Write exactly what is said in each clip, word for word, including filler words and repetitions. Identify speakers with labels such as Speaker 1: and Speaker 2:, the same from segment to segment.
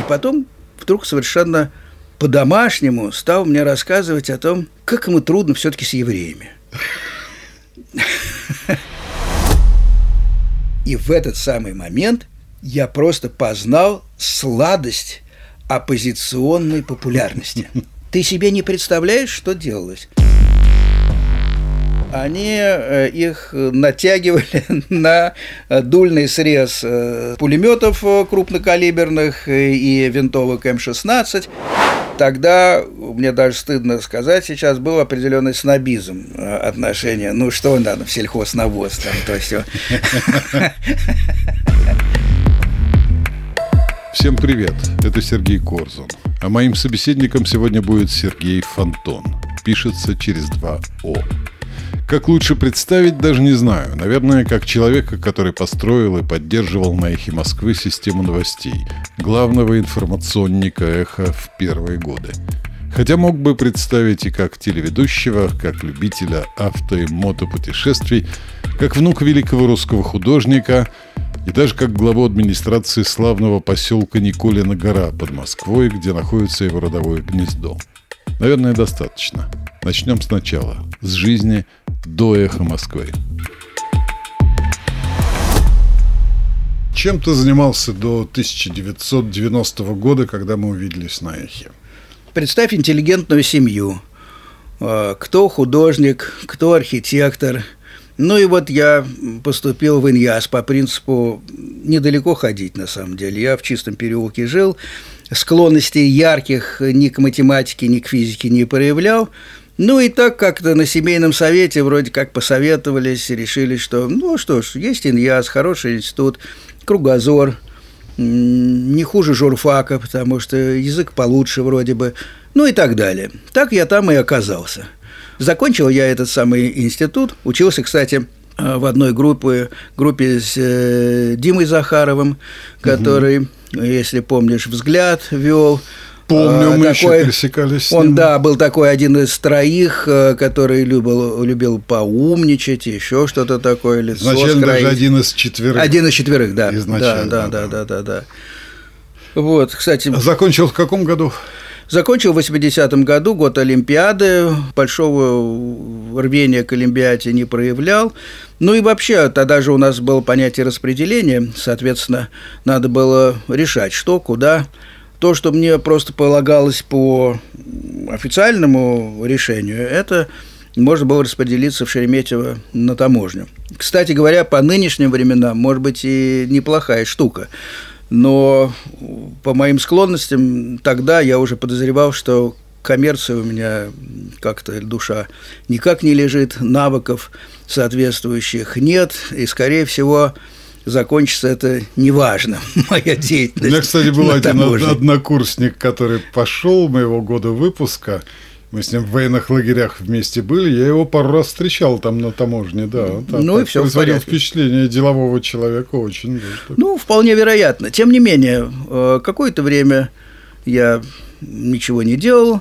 Speaker 1: И потом вдруг совершенно по-домашнему стал мне рассказывать о том, как ему трудно все-таки с евреями. И в этот самый момент я просто познал сладость оппозиционной популярности. Ты себе не представляешь, что делалось? Они э, их натягивали на дульный срез э, пулеметов крупнокалиберных и винтовок эм шестнадцать. Тогда, мне даже стыдно сказать, сейчас был определенный снобизм э, отношения. Ну, что надо в сельхознавоз там, то все.
Speaker 2: Всем привет, это Сергей Корзун. А моим собеседником сегодня будет Сергей Фонтон. Пишется через два О. Как лучше представить, даже не знаю. Наверное, как человека, который построил и поддерживал на «Эхе Москвы» систему новостей, главного информационника «Эхо» в первые годы. Хотя мог бы представить и как телеведущего, как любителя авто- и мотопутешествий, как внук великого русского художника и даже как главу администрации славного поселка Николина гора под Москвой, где находится его родовое гнездо. Наверное, достаточно. Начнем сначала, с жизни до «Эхо Москвы». Чем ты занимался до тысяча девятьсот девяностого года, когда мы увиделись на «Эхе»?
Speaker 1: Представь интеллигентную семью. Кто художник, кто архитектор. Ну и вот я поступил в ИНЯС по принципу недалеко ходить, на самом деле. Я в Чистом переулке жил, склонностей ярких ни к математике, ни к физике не проявлял. Ну и так как-то на семейном совете вроде как посоветовались, решили, что ну что ж, есть ИНЯС, хороший институт, кругозор, не хуже журфака, потому что язык получше вроде бы, ну и так далее. Так я там и оказался. Закончил я этот самый институт, учился, кстати, в одной группе, группе с Димой Захаровым, который, угу. если помнишь, «Взгляд» вел.
Speaker 2: Помню, мы такой, еще пересекались с ним.
Speaker 1: Он, да, был такой один из троих, который любил, любил поумничать, еще что-то такое, лицо
Speaker 2: изначально
Speaker 1: скроить.
Speaker 2: Даже один из четверых.
Speaker 1: Один из четверых, да.
Speaker 2: Изначально.
Speaker 1: Да, да, да, да, да, да. Вот, кстати.
Speaker 2: Закончил в каком году?
Speaker 1: Закончил в восьмидесятом году, год Олимпиады, большого рвения к Олимпиаде не проявлял. Ну и вообще, тогда же у нас было понятие распределения, соответственно, надо было решать, что, куда. То, что мне просто полагалось по официальному решению, это можно было распределиться в Шереметьево на таможню. Кстати говоря, по нынешним временам, может быть, и неплохая штука. Но по моим склонностям тогда я уже подозревал, что коммерция у меня как-то душа никак не лежит, навыков соответствующих нет, и, скорее всего, закончится это неважно, моя деятельность.
Speaker 2: У меня, кстати, был один однокурсник, который пошел моего года выпуска. Мы с ним в военных лагерях вместе были. Я его пару раз встречал там на таможне, да. Там,
Speaker 1: ну и все в порядке.
Speaker 2: Впечатление делового человека очень. Да,
Speaker 1: ну, вполне вероятно. Тем не менее, какое-то время я ничего не делал,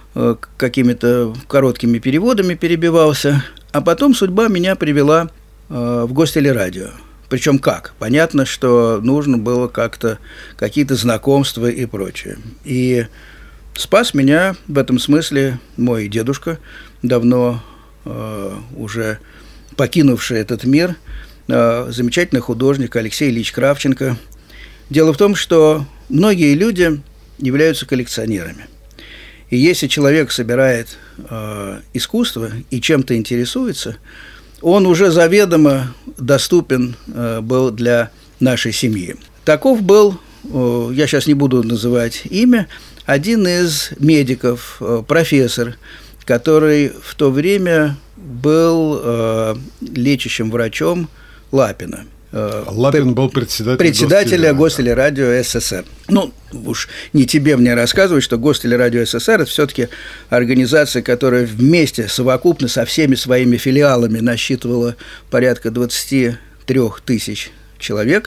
Speaker 1: какими-то короткими переводами перебивался, а потом судьба меня привела в Гостелерадио. Причем как? Понятно, что нужно было как-то какие-то знакомства и прочее. И спас меня в этом смысле мой дедушка, давно э, уже покинувший этот мир, э, замечательный художник Алексей Ильич Кравченко. Дело в том, что многие люди являются коллекционерами. И если человек собирает э, искусство и чем-то интересуется, он уже заведомо доступен э, был для нашей семьи. Таков был, э, я сейчас не буду называть имя, один из медиков, э, профессор, который в то время был э, лечащим врачом Лапина.
Speaker 2: Лапин был председателем
Speaker 1: председателя Гостелерадио СССР. Ну, уж не тебе мне рассказывать, что Гостелерадио СССР – это все-таки организация, которая вместе, совокупно со всеми своими филиалами насчитывала порядка двадцать три тысяч человек,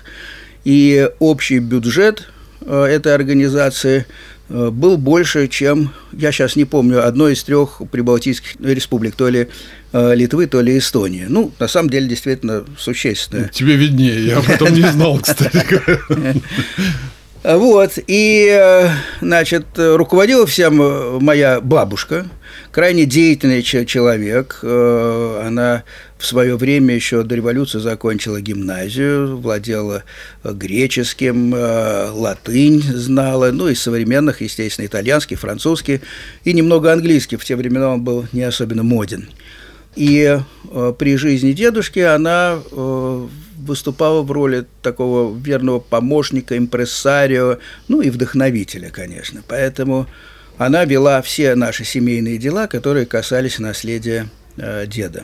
Speaker 1: и общий бюджет этой организации был больше, чем, я сейчас не помню, одной из трех прибалтийских республик, то ли Литвы, то ли Эстонии. Ну, на самом деле, действительно существенно.
Speaker 2: Тебе виднее, я об этом не знал, кстати.
Speaker 1: Вот, и, значит, руководила всем моя бабушка, крайне деятельный человек. Она в свое время еще до революции закончила гимназию, владела греческим, латынь знала, ну, из современных, естественно, итальянский, французский и немного английский. В те времена он был не особенно моден. И при жизни дедушки она выступала в роли такого верного помощника, импрессарио, ну и вдохновителя, конечно. Поэтому она вела все наши семейные дела, которые касались наследия э, деда.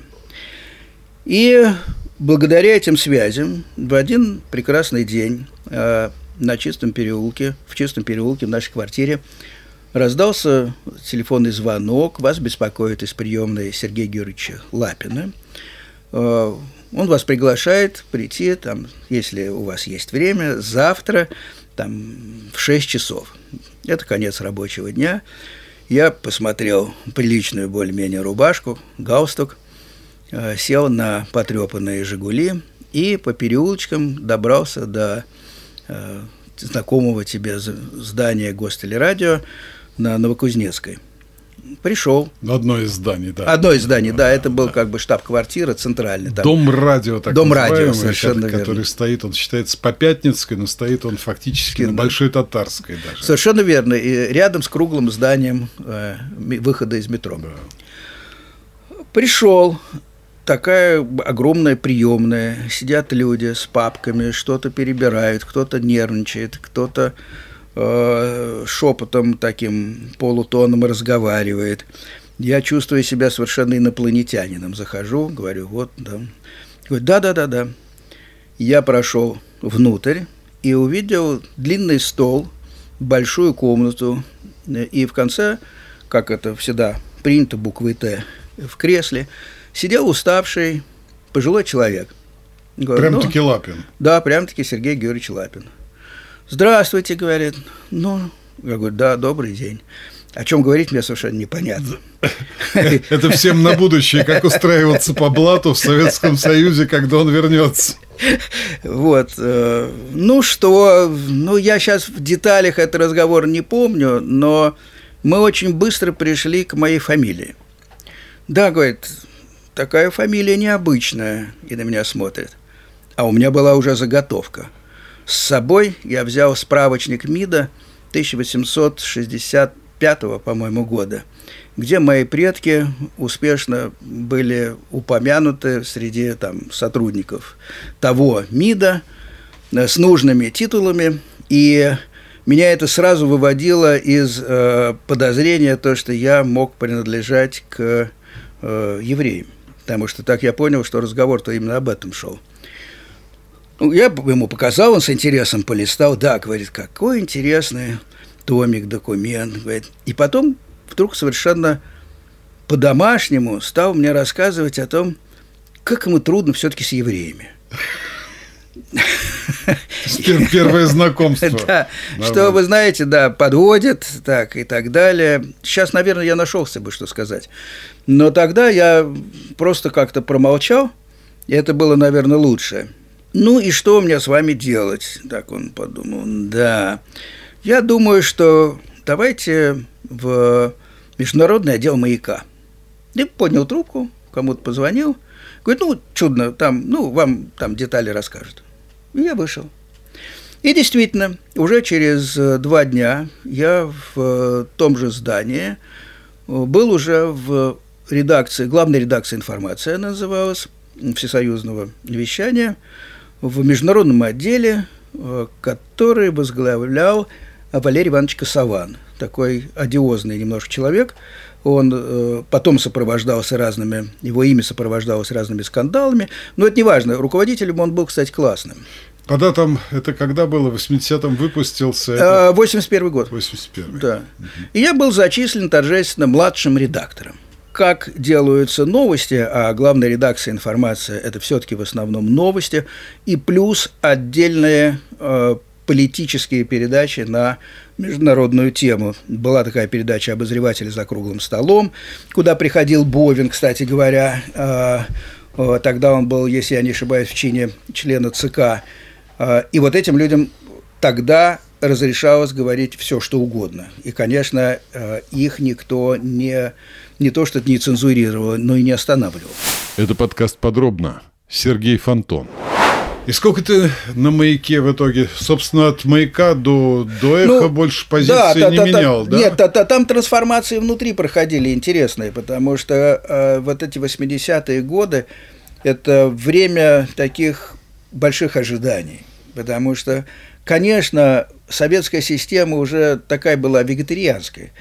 Speaker 1: И благодаря этим связям в один прекрасный день э, на Чистом переулке, в Чистом переулке в нашей квартире раздался телефонный звонок. Вас беспокоит из приемной Сергея Георгиевича Лапина. Э, Он вас приглашает прийти, там, если у вас есть время, завтра там, в шесть часов. Это конец рабочего дня. Я посмотрел приличную более-менее рубашку, галстук, э, сел на потрепанные «Жигули» и по переулочкам добрался до э, знакомого тебе здания Гостелерадио на Новокузнецкой. Пришел.
Speaker 2: Одно из зданий, да.
Speaker 1: Одно из зданий, да.
Speaker 2: да
Speaker 1: Это был как бы штаб-квартира центральный. Там.
Speaker 2: Дом радио, так
Speaker 1: Дом радио,
Speaker 2: совершенно который, который стоит, он считается Попятницкой, но стоит он фактически на Большой Татарской даже.
Speaker 1: Совершенно верно. И рядом с круглым зданием э, выхода из метро. Да. Пришел. Такая огромная приемная. Сидят люди с папками, что-то перебирают, кто-то нервничает, кто-то шепотом таким полутоном разговаривает. Я чувствую себя совершенно инопланетянином. Захожу, говорю, вот, да. Говорю, да-да-да-да. Я прошел внутрь и увидел длинный стол, большую комнату, и в конце, как это всегда принято, буквой «Т», в кресле сидел уставший пожилой человек.
Speaker 2: Прям-таки ну, Лапин.
Speaker 1: Да, прям-таки Сергей Георгиевич Лапин. «Здравствуйте», говорит. Ну, я говорю, да, добрый день. О чем говорить, мне совершенно непонятно.
Speaker 2: Это всем на будущее, как устраиваться по блату в Советском Союзе, когда он вернется.
Speaker 1: Вот. Ну что, ну я сейчас в деталях этот разговор не помню, но мы очень быстро пришли к моей фамилии. Да, говорит, такая фамилия необычная, и на меня смотрит. А у меня была уже заготовка. С собой я взял справочник МИДа тысяча восемьсот шестьдесят пятого, по-моему, года, где мои предки успешно были упомянуты среди там, сотрудников того МИДа с нужными титулами, и меня это сразу выводило из э, подозрения, то, что я мог принадлежать к э, евреям, потому что так я понял, что разговор-то именно об этом шел. Я ему показал, он с интересом полистал. Да, говорит, какой интересный томик, документ. Говорит. И потом вдруг совершенно по-домашнему стал мне рассказывать о том, как ему трудно все-таки с евреями.
Speaker 2: Первое знакомство.
Speaker 1: Да, что, вы знаете, да, подводит, так и так далее. Сейчас, наверное, я нашелся бы, что сказать. Но тогда я просто как-то промолчал, и это было, наверное, лучше. Ну и что мне с вами делать? Так он подумал. Да, я думаю, что давайте в международный отдел «Маяка». И поднял трубку, кому-то позвонил. Говорит, ну, чудно, там, ну, вам там детали расскажут. И я вышел. И действительно, уже через два дня я в том же здании был уже в редакции, главной редакции «Информация» она называлась, всесоюзного вещания, в международном отделе, который возглавлял Валерий Иванович Косован, такой одиозный немножко человек. Он э, потом сопровождался разными, его имя сопровождалось разными скандалами, но это не важно. Руководителем он был, кстати, классным.
Speaker 2: По датам, это когда было? В восьмидесятом выпустился? Это...
Speaker 1: восемьдесят первый год.
Speaker 2: восемьдесят первый.
Speaker 1: Да. Угу. И я был зачислен торжественно младшим редактором. Как делаются новости, а главная редакция «Информация» – это все-таки в основном новости, и плюс отдельные э, политические передачи на международную тему. Была такая передача «Обозреватели за круглым столом», куда приходил Бовин, кстати говоря. Э, э, тогда он был, если я не ошибаюсь, в чине члена ЦК. Э, и вот этим людям тогда разрешалось говорить все, что угодно. И, конечно, их никто не, не то что не цензурировал, но и не останавливал.
Speaker 2: Это подкаст «Подробно». Сергей Фонтон. И сколько ты на «Маяке» в итоге? Собственно, от «Маяка» до, до «Эхо» ну, больше позиции да, та, не та, менял, та, да?
Speaker 1: Нет, та, та, там трансформации внутри проходили интересные, потому что э, вот эти восьмидесятые годы – это время таких больших ожиданий, потому что, конечно, советская система уже такая была вегетарианская.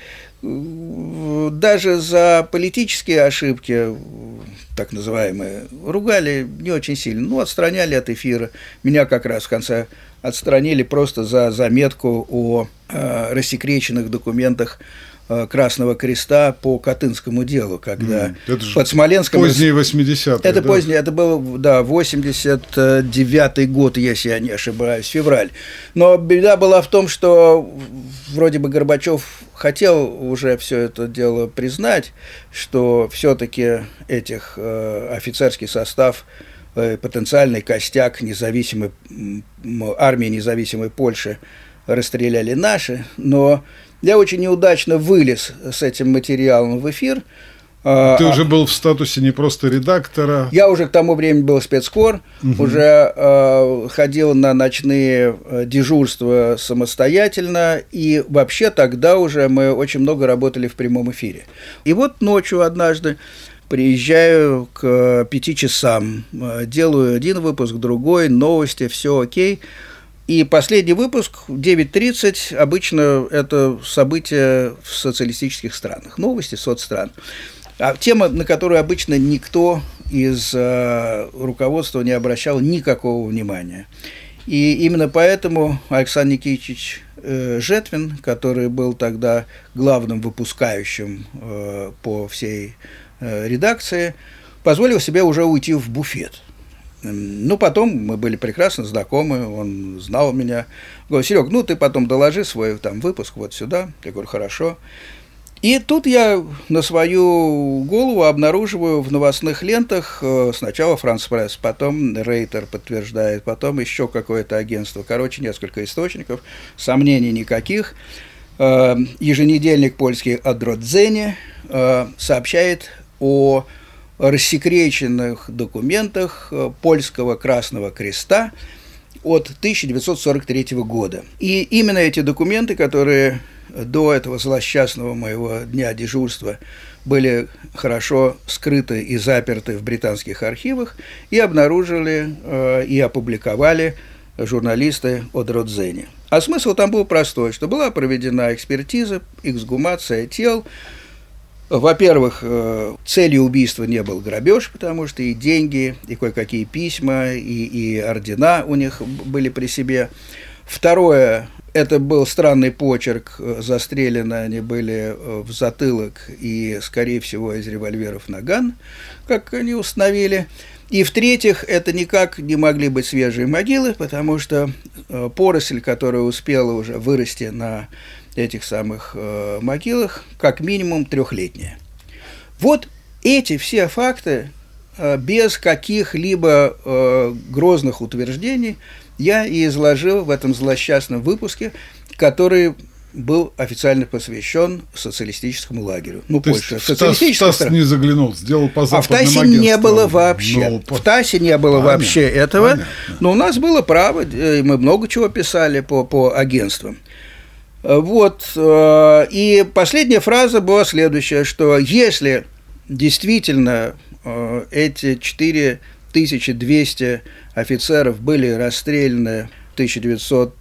Speaker 1: Даже за политические ошибки, так называемые, ругали не очень сильно. Ну, отстраняли от эфира. Меня как раз в конце отстранили просто за заметку о э, рассекреченных документах э, Красного Креста по Катынскому делу, когда mm, под Смоленском...
Speaker 2: Поздние восьмидесятые,
Speaker 1: Это
Speaker 2: да?
Speaker 1: поздние, это был, да, восемьдесят девятый год, если я не ошибаюсь, февраль. Но беда была в том, что вроде бы Горбачев хотел уже все это дело признать, что все-таки этих э, офицерский состав, э, потенциальный костяк независимой армии независимой Польши расстреляли наши, но я очень неудачно вылез с этим материалом в эфир.
Speaker 2: Ты уже был в статусе не просто редактора.
Speaker 1: Я уже к тому времени был спецкор, угу. уже э, ходил на ночные дежурства самостоятельно, и вообще тогда уже мы очень много работали в прямом эфире. И вот ночью однажды приезжаю к пяти часам, делаю один выпуск, другой, новости, все окей. И последний выпуск, девять тридцать, обычно это события в социалистических странах, новости соцстран. А тема, на которую обычно никто из э, руководства не обращал никакого внимания. И именно поэтому Александр Никитич э, Жетвин, который был тогда главным выпускающим э, по всей э, редакции, позволил себе уже уйти в буфет. Ну, потом мы были прекрасно знакомы, он знал меня. Говорю: Серег, ну, ты потом доложи свой там выпуск вот сюда. Я говорю: хорошо. И тут я на свою голову обнаруживаю в новостных лентах сначала «Франс Пресс», потом «Рейтер» подтверждает, потом еще какое-то агентство. Короче, несколько источников, сомнений никаких. Еженедельник польский «Одроdzenie» сообщает о рассекреченных документах польского Красного Креста от тысяча девятьсот сорок третьего года. И именно эти документы, которые до этого злосчастного моего дня дежурства были хорошо скрыты и заперты в британских архивах, и обнаружили э, и опубликовали журналисты «Одроdzenie». А смысл там был простой, что была проведена экспертиза, эксгумация тел. Во-первых, целью убийства не был грабеж, потому что и деньги, и кое-какие письма, и, и ордена у них были при себе. Второе, это был странный почерк, застрелены они были в затылок и, скорее всего, из револьверов «Наган», как они установили. И в-третьих, это никак не могли быть свежие могилы, потому что поросль, которая успела уже вырасти на этих самых э, могилах, как минимум трехлетняя. Вот эти все факты, э, без каких-либо э, грозных утверждений, я и изложил в этом злосчастном выпуске, который был официально посвящен социалистическому лагерю. Ну,
Speaker 2: То
Speaker 1: Польша.
Speaker 2: Есть в ТАСС, в ТАСС не заглянул, сделал по западным
Speaker 1: агентствам. А в ТАССе не было вообще. Ну, по... В ТАССе не было понятно, вообще этого. Понятно. Но у нас было право, и мы много чего писали по, по агентствам. Вот, и последняя фраза была следующая, что если действительно эти четыре тысячи двести офицеров были расстреляны в тысяча девятьсот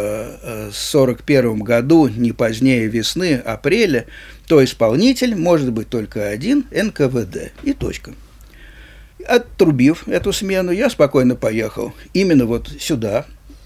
Speaker 1: сорок первом году, не позднее весны, апреля, то исполнитель может быть только один – эн ка вэ дэ. И точка. Отрубив эту смену, я спокойно поехал именно вот сюда,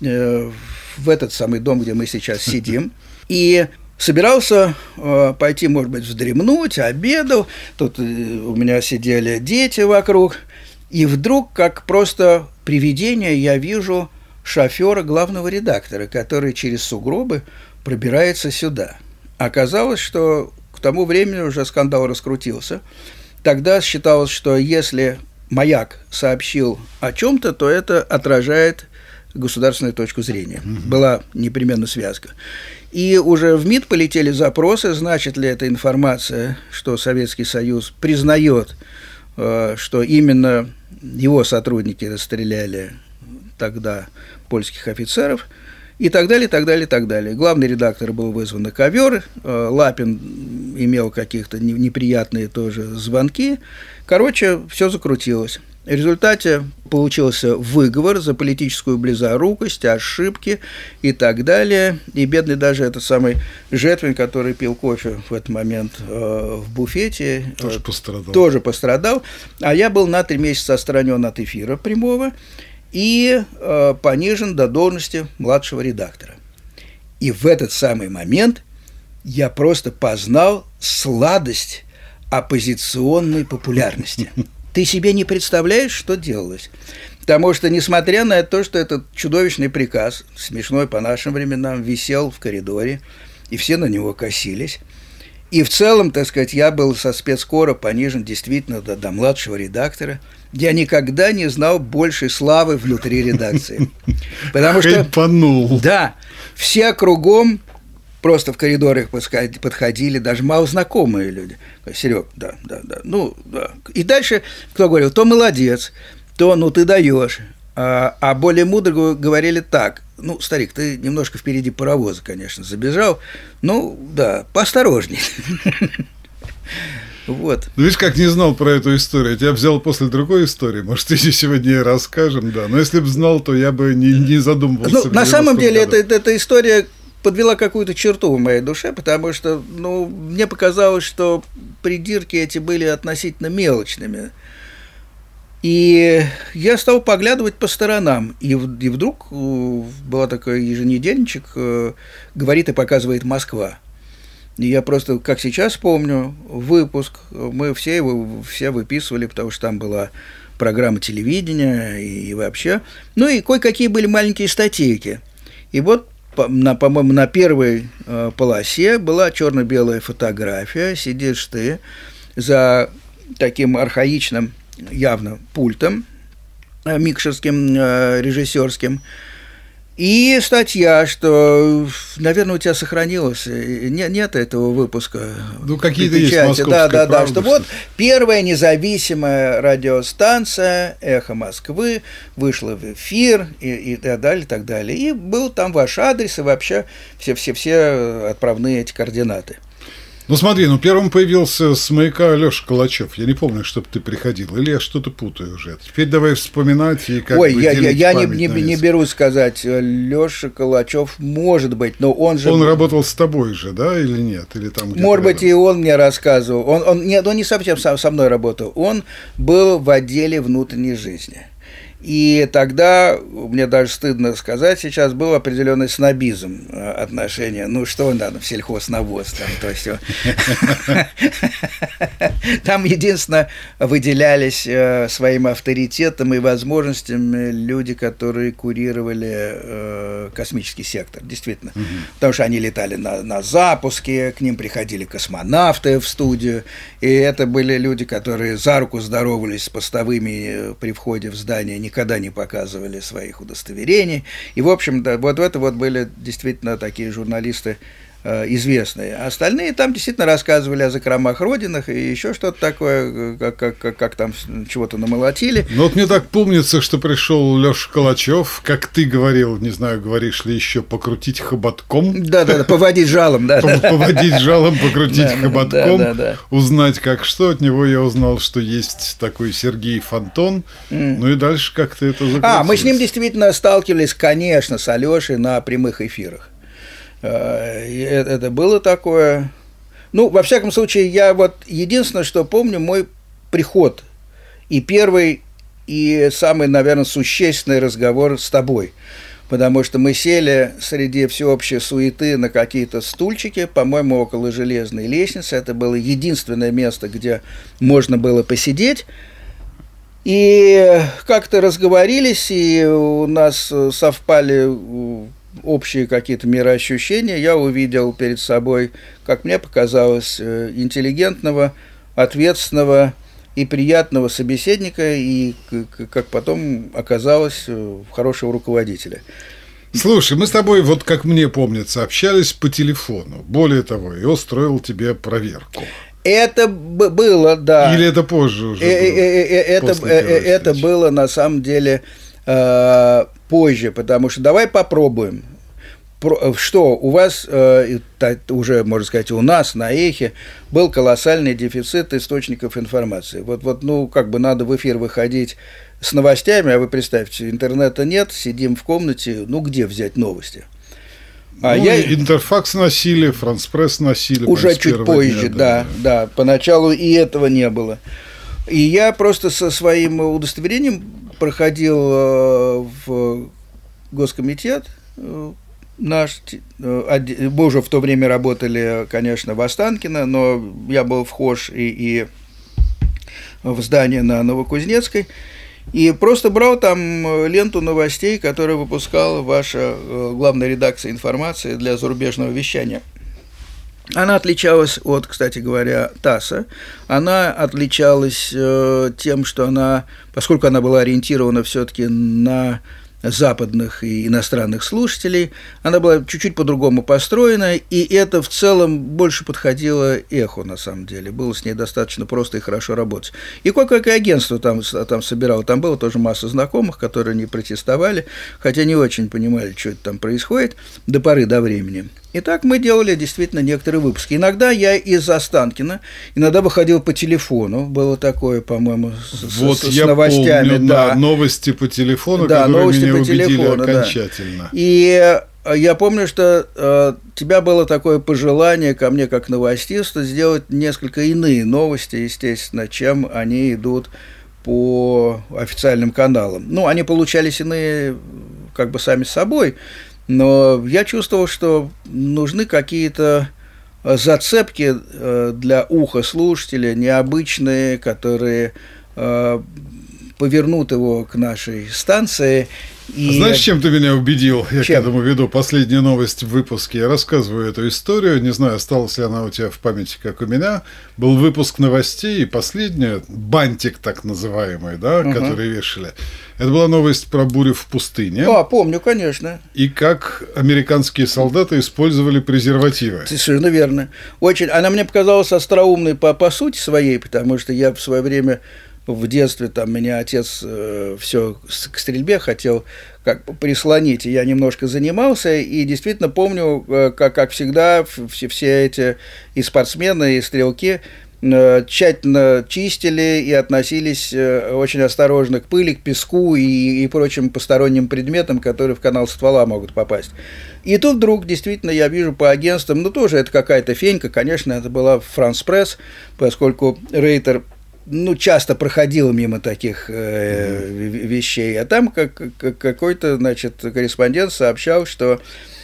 Speaker 1: в этот самый дом, где мы сейчас сидим, и собирался э, пойти, может быть, вздремнуть, обедал, тут э, у меня сидели дети вокруг, и вдруг, как просто привидение, я вижу шофера главного редактора, который через сугробы пробирается сюда. Оказалось, что к тому времени уже скандал раскрутился. Тогда считалось, что если «Маяк» сообщил о чем-то, то это отражает государственную точку зрения. Mm-hmm. Была непременно связка. И уже в МИД полетели запросы, значит ли эта информация, что Советский Союз признает, что именно его сотрудники расстреляли тогда польских офицеров, и так далее, так далее, так далее. Главный редактор был вызван на ковер, Лапин имел каких-то неприятные тоже звонки. Короче, все закрутилось. В результате получился выговор за политическую близорукость, ошибки и так далее. И бедный даже этот самый Жетвин, который пил кофе в этот момент э, в буфете,
Speaker 2: тоже пострадал.
Speaker 1: тоже пострадал. А я был на три месяца отстранен от эфира прямого и э, понижен до должности младшего редактора. И в этот самый момент я просто познал сладость оппозиционной популярности. Ты себе не представляешь, что делалось. Потому что, несмотря на то, что этот чудовищный приказ, смешной по нашим временам, висел в коридоре, и все на него косились, и в целом, так сказать, я был со спецкора понижен действительно до, до младшего редактора, я никогда не знал большей славы внутри редакции. Потому что...
Speaker 2: Хайпанул.
Speaker 1: Да, все кругом... Просто в коридорах подходили даже малознакомые люди. Серег, да, да, да, ну, да. И дальше кто говорил, то молодец, то ну ты даешь. А, а более мудро говорили так, ну, старик, ты немножко впереди паровоза, конечно, забежал, ну, да, поосторожней. Вот.
Speaker 2: Ну, видишь, как не знал про эту историю. Я тебя взял после другой истории. Может, и сегодня и расскажем, да. Но если бы знал, то я бы не, не задумывался.
Speaker 1: Ну, на самом деле, это, эта история подвела какую-то черту в моей душе, потому что, ну, мне показалось, что придирки эти были относительно мелочными. И я стал поглядывать по сторонам, и, и вдруг была такой еженедельничек «Говорит и показывает Москва». И я просто, как сейчас помню, выпуск, мы все его все выписывали, потому что там была программа телевидения и, и вообще. Ну и кое-какие были маленькие статейки. И вот, на, по-моему, на первой э, полосе была черно-белая фотография, сидишь ты за таким архаичным явно пультом э, микшерским, э, режиссерским, и статья, что, наверное, у тебя сохранилось, нет, нет этого выпуска.
Speaker 2: Ну, какие-то есть московская
Speaker 1: да, да,
Speaker 2: правда,
Speaker 1: да, что вот первая независимая радиостанция «Эхо Москвы» вышла в эфир и, и так далее, и так далее. И был там ваш адрес и вообще все-все-все отправные эти координаты.
Speaker 2: Ну, смотри, ну, первым появился с «Маяка» Лёша Калачев. Я не помню, чтобы ты приходил, или я что-то путаю уже. Теперь давай вспоминать и как
Speaker 1: Ой,
Speaker 2: бы
Speaker 1: я, я, я не,
Speaker 2: не,
Speaker 1: не берусь сказать, Лёша Калачев, может быть, но он же...
Speaker 2: Он работал с тобой же, да, или нет? Или там
Speaker 1: может быть, рядом? И он мне рассказывал. Он, он, нет, он не совсем со, со мной работал. Он был в отделе внутренней жизни. И тогда, мне даже стыдно сказать сейчас, был определенный снобизм отношения. Ну, что надо в сельхознавоз, там, то все. Там, единственно, выделялись своим авторитетом и возможностями люди, которые курировали космический сектор, действительно. Потому что они летали на, на запуске, к ним приходили космонавты в студию, и это были люди, которые за руку здоровались с постовыми при входе в здание, никогда не показывали своих удостоверений. И, в общем-то, вот это вот были действительно такие журналисты э, известные. А остальные там действительно рассказывали о закромах родинах и еще что-то такое, как, как, как, как там чего-то намолотили.
Speaker 2: Ну вот мне так помнится, что пришел Лёша Калачев, как ты говорил, не знаю, говоришь ли еще, покрутить хоботком.
Speaker 1: Да-да-да, поводить жалом, да.
Speaker 2: Поводить жалом, покрутить хоботком,
Speaker 1: да,
Speaker 2: узнать как что. От него я узнал, что есть такой Сергей Фонтон. Ну и дальше как-то это закрутилось.
Speaker 1: А, мы с ним действительно сталкивались, конечно, с Алёшей на прямых эфирах. Это было такое. Ну, во всяком случае, я вот единственное, что помню, мой приход и первый, и самый, наверное, существенный разговор с тобой. Потому что мы сели среди всеобщей суеты на какие-то стульчики, по-моему, около железной лестницы. Это было единственное место, где можно было посидеть. И как-то разговорились, и у нас совпали общие какие-то мироощущения. Я увидел перед собой, как мне показалось, интеллигентного, ответственного, и приятного собеседника, и, как потом оказалось, хорошего руководителя.
Speaker 2: Слушай, мы с тобой, вот как мне помнится, общались по телефону. Более того, я устроил тебе проверку.
Speaker 1: Это б- было, да.
Speaker 2: Или это позже уже?
Speaker 1: Э- э- э- это, э- это было на самом деле э- позже, потому что давай попробуем. Про- что у вас, э- уже, можно сказать, у нас на Эхе был колоссальный дефицит источников информации. Вот, вот, ну, как бы надо в эфир выходить с новостями, а вы представьте, интернета нет, сидим в комнате, ну, где взять новости? А
Speaker 2: ну,
Speaker 1: я...
Speaker 2: Интерфакс носили, Франспресс носили.
Speaker 1: Уже чуть позже, дня, да, да, да. Поначалу и этого не было. И я просто со своим удостоверением проходил в Госкомитет наш. Мы уже в то время работали, конечно, в Останкино, но я был вхож и, и в здание на Новокузнецкой. И просто брал там ленту новостей, которую выпускала ваша главная редакция информации для зарубежного вещания. Она отличалась от, кстати говоря, ТАССа. Она отличалась э, тем, что она, поскольку она была ориентирована все-таки на западных и иностранных слушателей, она была чуть-чуть по-другому построена, и это в целом больше подходило Эху, на самом деле. Было с ней достаточно просто и хорошо работать. И кое-какое агентство там, там собирало, там было тоже масса знакомых, которые не протестовали, хотя не очень понимали, что это там происходит, до поры до времени. И так мы делали действительно некоторые выпуски. Иногда я из Останкино, иногда выходил по телефону, было такое, по-моему, с,
Speaker 2: вот
Speaker 1: с, с
Speaker 2: я
Speaker 1: новостями.
Speaker 2: Помню,
Speaker 1: да.
Speaker 2: Новости по телефону,
Speaker 1: да,
Speaker 2: которые
Speaker 1: новости
Speaker 2: меня
Speaker 1: по
Speaker 2: убедили
Speaker 1: телефону,
Speaker 2: окончательно.
Speaker 1: Да. И я помню, что э, у тебя было такое пожелание ко мне, как новостисту, сделать несколько иные новости, естественно, чем они идут по официальным каналам. Ну, они получались иные как бы сами собой, но я чувствовал, что нужны какие-то зацепки для уха слушателя, необычные, которые повернут его к нашей станции. И...
Speaker 2: Знаешь, чем ты меня убедил? Я
Speaker 1: чем?
Speaker 2: к этому веду последнюю новость в выпуске. Я рассказываю эту историю. Не знаю, осталась ли она у тебя в памяти, как у меня. Был выпуск новостей, и последняя, бантик так называемый, да, угу. который вешали. Это была новость про бурю в пустыне.
Speaker 1: А, помню, конечно.
Speaker 2: И как американские солдаты использовали презервативы.
Speaker 1: Совершенно верно. Очень... Она мне показалась остроумной по, по сути своей, потому что я в свое время... В детстве там меня отец э, все к стрельбе хотел как прислонить, и я немножко занимался, и действительно помню, э, как, как всегда, все, все эти и спортсмены, и стрелки э, тщательно чистили и относились э, очень осторожно к пыли, к песку и, и прочим посторонним предметам, которые в канал ствола могут попасть. И тут вдруг, действительно, я вижу по агентствам, ну, тоже это какая-то фенька, конечно, это была Франспресс, поскольку Рейтер ну, часто проходил мимо таких э, вещей, а там как, как, какой-то, значит, корреспондент сообщал, что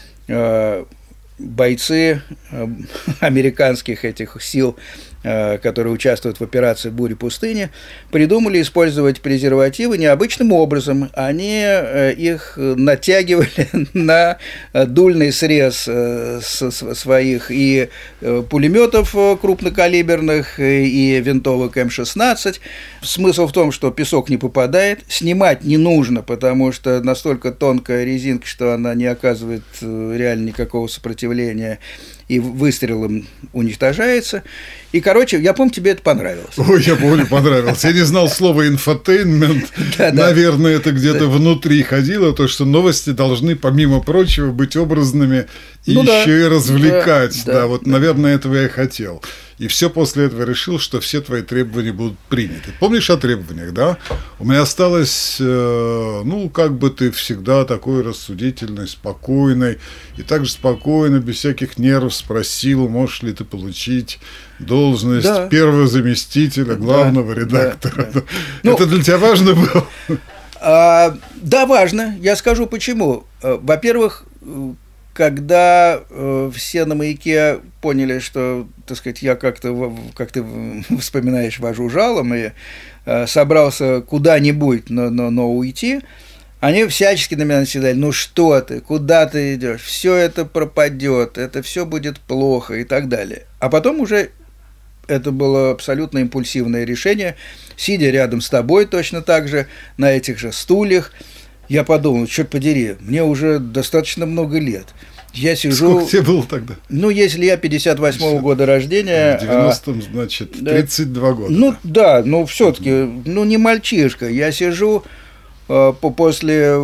Speaker 1: э, бойцы э, американских этих сил, э, которые участвуют в операции «Буря пустыни», придумали использовать презервативы необычным образом. Они э, их натягивали на дульный срез э, с, с, своих и э, пулеметов крупнокалиберных, и винтовок эм шестнадцать. Смысл в том, что песок не попадает, снимать не нужно, потому что настолько тонкая резинка, что она не оказывает реально никакого сопротивления, и выстрелом уничтожается. И, короче, я помню, тебе это понравилось.
Speaker 2: Ой, я помню, понравилось. Я не знал слова «инфотейнмент». Наверное, это где-то внутри ходило, то, что новости должны, помимо прочего, быть образными и еще и развлекать. Да, вот, наверное, этого я и хотел. И все после этого решил, что все твои требования будут приняты. Помнишь о требованиях, да? У меня осталось, э, ну, как бы ты всегда такой рассудительный, спокойный, и также спокойно, без всяких нервов спросил, можешь ли ты получить должность да. первого заместителя главного да, редактора. Да, да. Ну, это для тебя важно было?
Speaker 1: А, да, важно. Я скажу почему. Во-первых, когда э, все на «Маяке» поняли, что, так сказать, я как-то, как ты вспоминаешь, вожу жалом и э, собрался куда-нибудь, но, но, но уйти, они всячески на меня наседали: ну что ты, куда ты идешь, все это пропадет, это все будет плохо и так далее. А потом уже это было абсолютно импульсивное решение. Сидя рядом с тобой точно так же, на этих же стульях, я подумал, черт подери, мне уже достаточно много лет. Я сижу...
Speaker 2: Сколько тебе было тогда?
Speaker 1: Ну, если я пятьдесят восьмого года рождения...
Speaker 2: В девяностом, значит, тридцать два года.
Speaker 1: Ну, да, да ну, все-таки, ну, не мальчишка. Я сижу э, после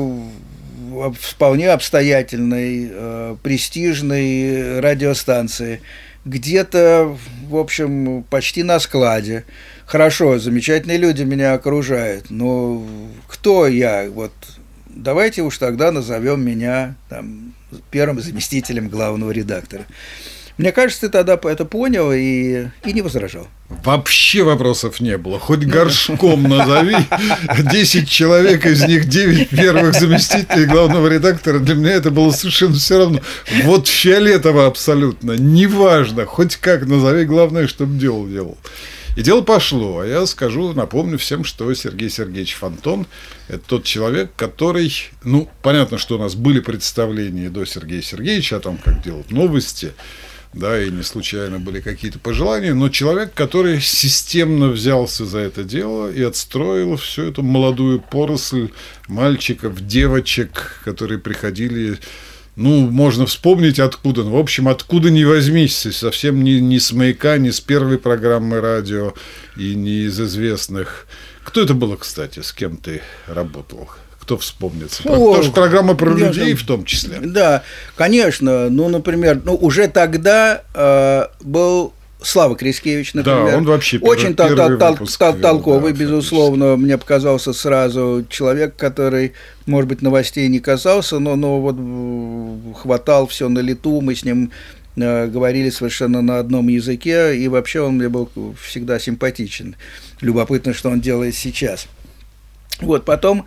Speaker 1: вполне обстоятельной, э, престижной радиостанции, где-то, в общем, почти на складе. Хорошо, замечательные люди меня окружают, но кто я? Вот давайте уж тогда назовем меня там первым заместителем главного редактора. Мне кажется, ты тогда это понял и, и не возражал.
Speaker 2: Вообще вопросов не было. Хоть горшком назови. Десять человек, из них девять первых заместителей главного редактора. Для меня это было совершенно все равно. Вот фиолетово абсолютно. Неважно. Хоть как назови. Главное, чтобы дело делал. И дело пошло. А я скажу, напомню всем, что Сергей Сергеевич Фонтон – это тот человек, который… Ну, понятно, что у нас были представления до Сергея Сергеевича о том, как делать новости. Да, и не случайно были какие-то пожелания, но человек, который системно взялся за это дело и отстроил всю эту молодую поросль мальчиков, девочек, которые приходили, ну, можно вспомнить откуда, ну, в общем, откуда ни возьмись, совсем не, не с «Маяка», не с первой программы радио и не из известных. Кто это было, кстати, с кем ты работал? Кто вспомнится? О, Потому что программа про конечно, людей в том числе.
Speaker 1: Да, конечно. Ну, например, ну, уже тогда э, был Слава Крискевич, например.
Speaker 2: Да, он вообще
Speaker 1: очень
Speaker 2: первый,
Speaker 1: тол-
Speaker 2: первый
Speaker 1: тол-
Speaker 2: выпуск
Speaker 1: тол- толковый,
Speaker 2: да,
Speaker 1: безусловно. Мне показался сразу человек, который, может быть, новостей не касался, но, но вот хватал все на лету. Мы с ним э, говорили совершенно на одном языке, и вообще он мне был всегда симпатичен. Любопытно, что он делает сейчас. Вот, потом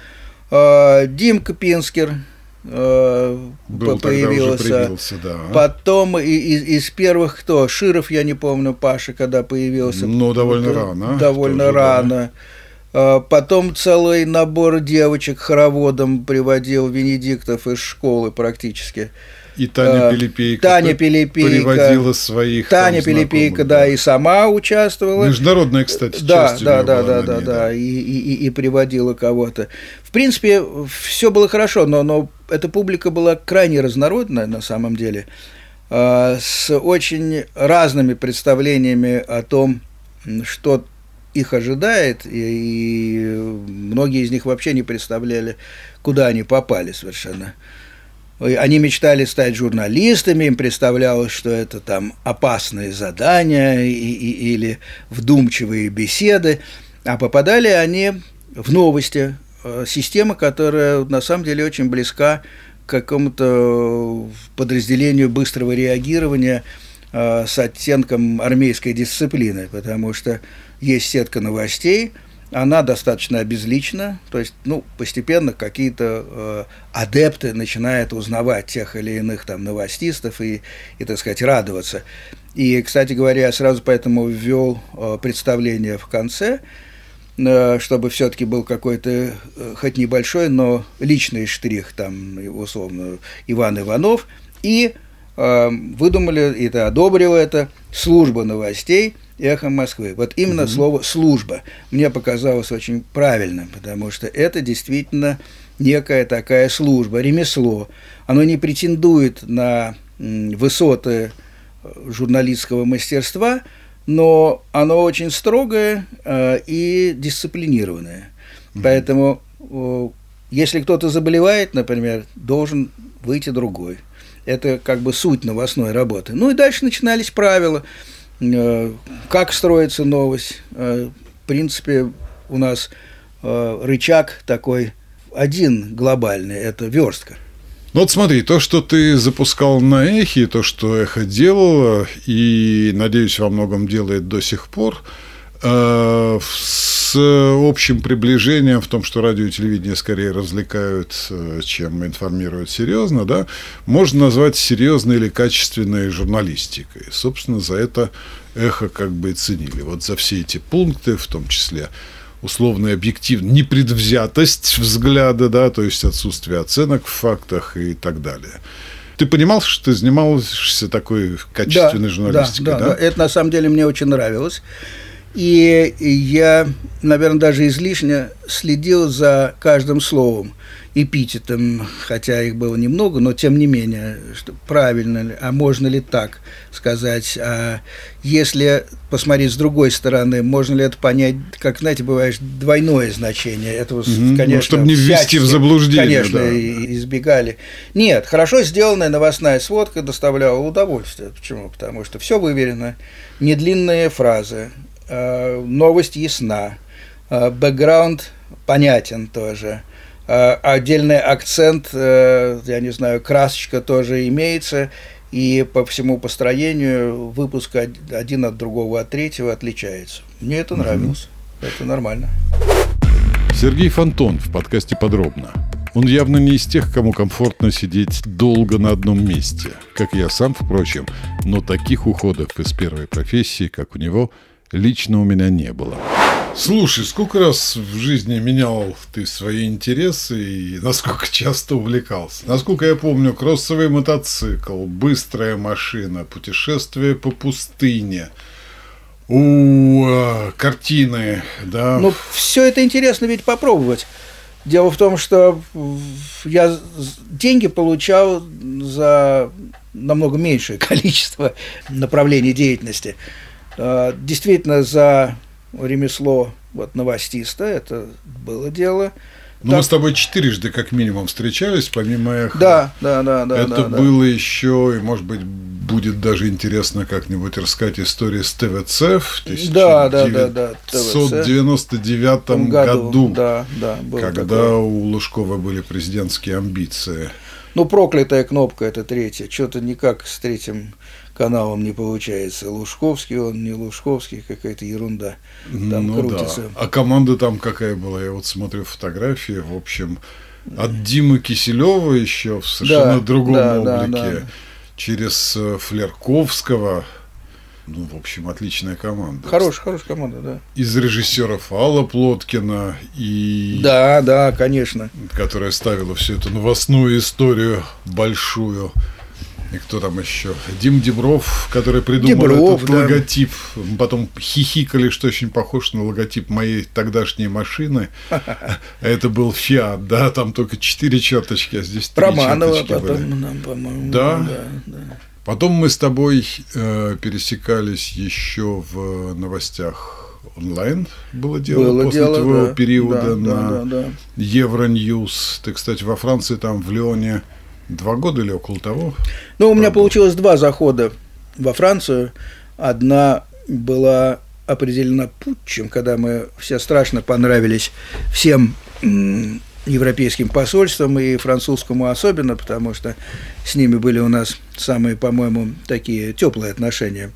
Speaker 1: Димка Пинскер э,
Speaker 2: Был
Speaker 1: появился,
Speaker 2: появился да.
Speaker 1: Потом из, из первых кто? Широв, я не помню, Паша, когда появился.
Speaker 2: Ну, довольно рано.
Speaker 1: Довольно
Speaker 2: тоже,
Speaker 1: рано. Да. Потом целый набор девочек хороводом приводил Венедиктов из школы практически.
Speaker 2: И Таня Пилипейко
Speaker 1: Таня Пилипейко
Speaker 2: приводила своих
Speaker 1: Таня Пилипейко, да, и сама участвовала.
Speaker 2: Международная, кстати,
Speaker 1: да,
Speaker 2: часть
Speaker 1: да,
Speaker 2: у
Speaker 1: да,
Speaker 2: него
Speaker 1: да,
Speaker 2: была
Speaker 1: да,
Speaker 2: ней,
Speaker 1: да,
Speaker 2: да,
Speaker 1: и, и, и приводила кого-то. В принципе, все было хорошо, но, но эта публика была крайне разнородная на самом деле, э, с очень разными представлениями о том, что их ожидает, и, и многие из них вообще не представляли, куда они попали совершенно. Они мечтали стать журналистами, им представлялось, что это там опасные задания и, и, или вдумчивые беседы, а попадали они в новости, система, которая на самом деле очень близка к какому-то подразделению быстрого реагирования с оттенком армейской дисциплины, потому что есть сетка новостей, она достаточно обезличена, то есть, ну, постепенно какие-то э, адепты начинают узнавать тех или иных там новостистов и, и, так сказать, радоваться. И, кстати говоря, я сразу поэтому ввел э, представление в конце, э, чтобы все-таки был какой-то, э, хоть небольшой, но личный штрих, там, условно, Иван Иванов, и э, выдумали, и это одобрил это, служба новостей «Эхо Москвы». Вот именно угу. слово «служба» мне показалось очень правильным, потому что это действительно некая такая служба, ремесло. Оно не претендует на высоты журналистского мастерства, но оно очень строгое э, и дисциплинированное. Угу. Поэтому, э, если кто-то заболевает, например, должен выйти другой. Это как бы суть новостной работы. Ну и дальше начинались правила. Как строится новость. В принципе, у нас рычаг такой один глобальный – это верстка.
Speaker 2: Ну вот смотри, то, что ты запускал на Эхе, то, что Эхо делало, и, надеюсь, во многом делает до сих пор, с общим приближением в том, что радио и телевидение скорее развлекают, чем информируют серьезно, да, можно назвать серьезной или качественной журналистикой. Собственно, за это Эхо как бы и ценили. Вот за все эти пункты, в том числе условная объективность, непредвзятость взгляда, да, то есть отсутствие оценок в фактах и так далее. ты понимал, что ты занимался такой качественной
Speaker 1: да,
Speaker 2: журналистикой,
Speaker 1: да,
Speaker 2: да?
Speaker 1: Да, это на самом деле мне очень нравилось. И я, наверное, даже излишне следил за каждым словом, эпитетом, хотя их было немного, но тем не менее, что правильно ли, а можно ли так сказать, а если посмотреть с другой стороны, можно ли это понять, как, знаете, бывает двойное значение этого,
Speaker 2: mm-hmm.
Speaker 1: конечно,
Speaker 2: ну, чтобы не ввести в заблуждение,
Speaker 1: конечно,
Speaker 2: да.
Speaker 1: избегали. Нет, хорошо сделанная новостная сводка доставляла удовольствие. Почему? Потому что все выверено, недлинные фразы, новость ясна, бэкграунд понятен тоже, отдельный акцент, я не знаю, красочка тоже имеется, и по всему построению выпуск один от другого, от третьего отличается. Мне это нравилось, mm-hmm. это нормально.
Speaker 2: Сергей Фонтон в подкасте «Подробно». Он явно не из тех, кому комфортно сидеть долго на одном месте, как я сам, впрочем, но таких уходов из первой профессии, как у него, лично у меня не было. Слушай, сколько раз в жизни менял ты свои интересы и насколько часто увлекался? Насколько я помню, кроссовый мотоцикл, быстрая машина, путешествие по пустыне, у э, картины, да.
Speaker 1: Ну, все это интересно ведь попробовать. Дело в том, что я деньги получал за намного меньшее количество направлений деятельности. Действительно, за ремесло вот, новостиста это было дело.
Speaker 2: Ну, мы с тобой четырежды как минимум встречались, помимо эхо.
Speaker 1: Да, да, да, да.
Speaker 2: Это
Speaker 1: да,
Speaker 2: было
Speaker 1: да.
Speaker 2: еще, и, может быть, будет даже интересно как-нибудь рассказать историю с ТВЦ в
Speaker 1: да, да, да, да,
Speaker 2: тысяча девятьсот девяносто девятом году, году
Speaker 1: да, да,
Speaker 2: когда такое. У Лужкова были президентские амбиции.
Speaker 1: Ну, проклятая кнопка, это третья. Что-то никак с третьим каналом не получается. Лужковский он, не Лужковский, какая-то ерунда там
Speaker 2: ну,
Speaker 1: крутится.
Speaker 2: Да. А команда там какая была? Я вот смотрю фотографии, в общем, от Димы Киселева еще в совершенно да, другом да, облике, да, да. через Флерковского. Ну, в общем, отличная команда.
Speaker 1: Хорошая, хорошая команда, да.
Speaker 2: Из режиссеров Алла Плоткина и...
Speaker 1: Да, да, конечно.
Speaker 2: Которая ставила всю эту новостную историю большую. И кто там еще? Дим Дибров, который придумал Дибров, этот да. логотип. Потом хихикали, что очень похож на логотип моей тогдашней машины. Это был Фиат, да, там только четыре черточки, а здесь три
Speaker 1: Романова
Speaker 2: черточки
Speaker 1: потом,
Speaker 2: были.
Speaker 1: Нам, по-моему,
Speaker 2: да?
Speaker 1: Да, да.
Speaker 2: Потом мы с тобой э, пересекались еще в новостях онлайн. Было дело
Speaker 1: было
Speaker 2: после
Speaker 1: дело,
Speaker 2: твоего
Speaker 1: да,
Speaker 2: периода
Speaker 1: да,
Speaker 2: на
Speaker 1: да, да, да.
Speaker 2: Евроньюз. Ты, кстати, во Франции, там в Лионе два года или около того?
Speaker 1: Ну, у меня получилось два захода во Францию. Одна была определена путчем, когда мы все страшно понравились всем европейским посольствам и французскому особенно, потому что с ними были у нас самые, по-моему, такие теплые отношения.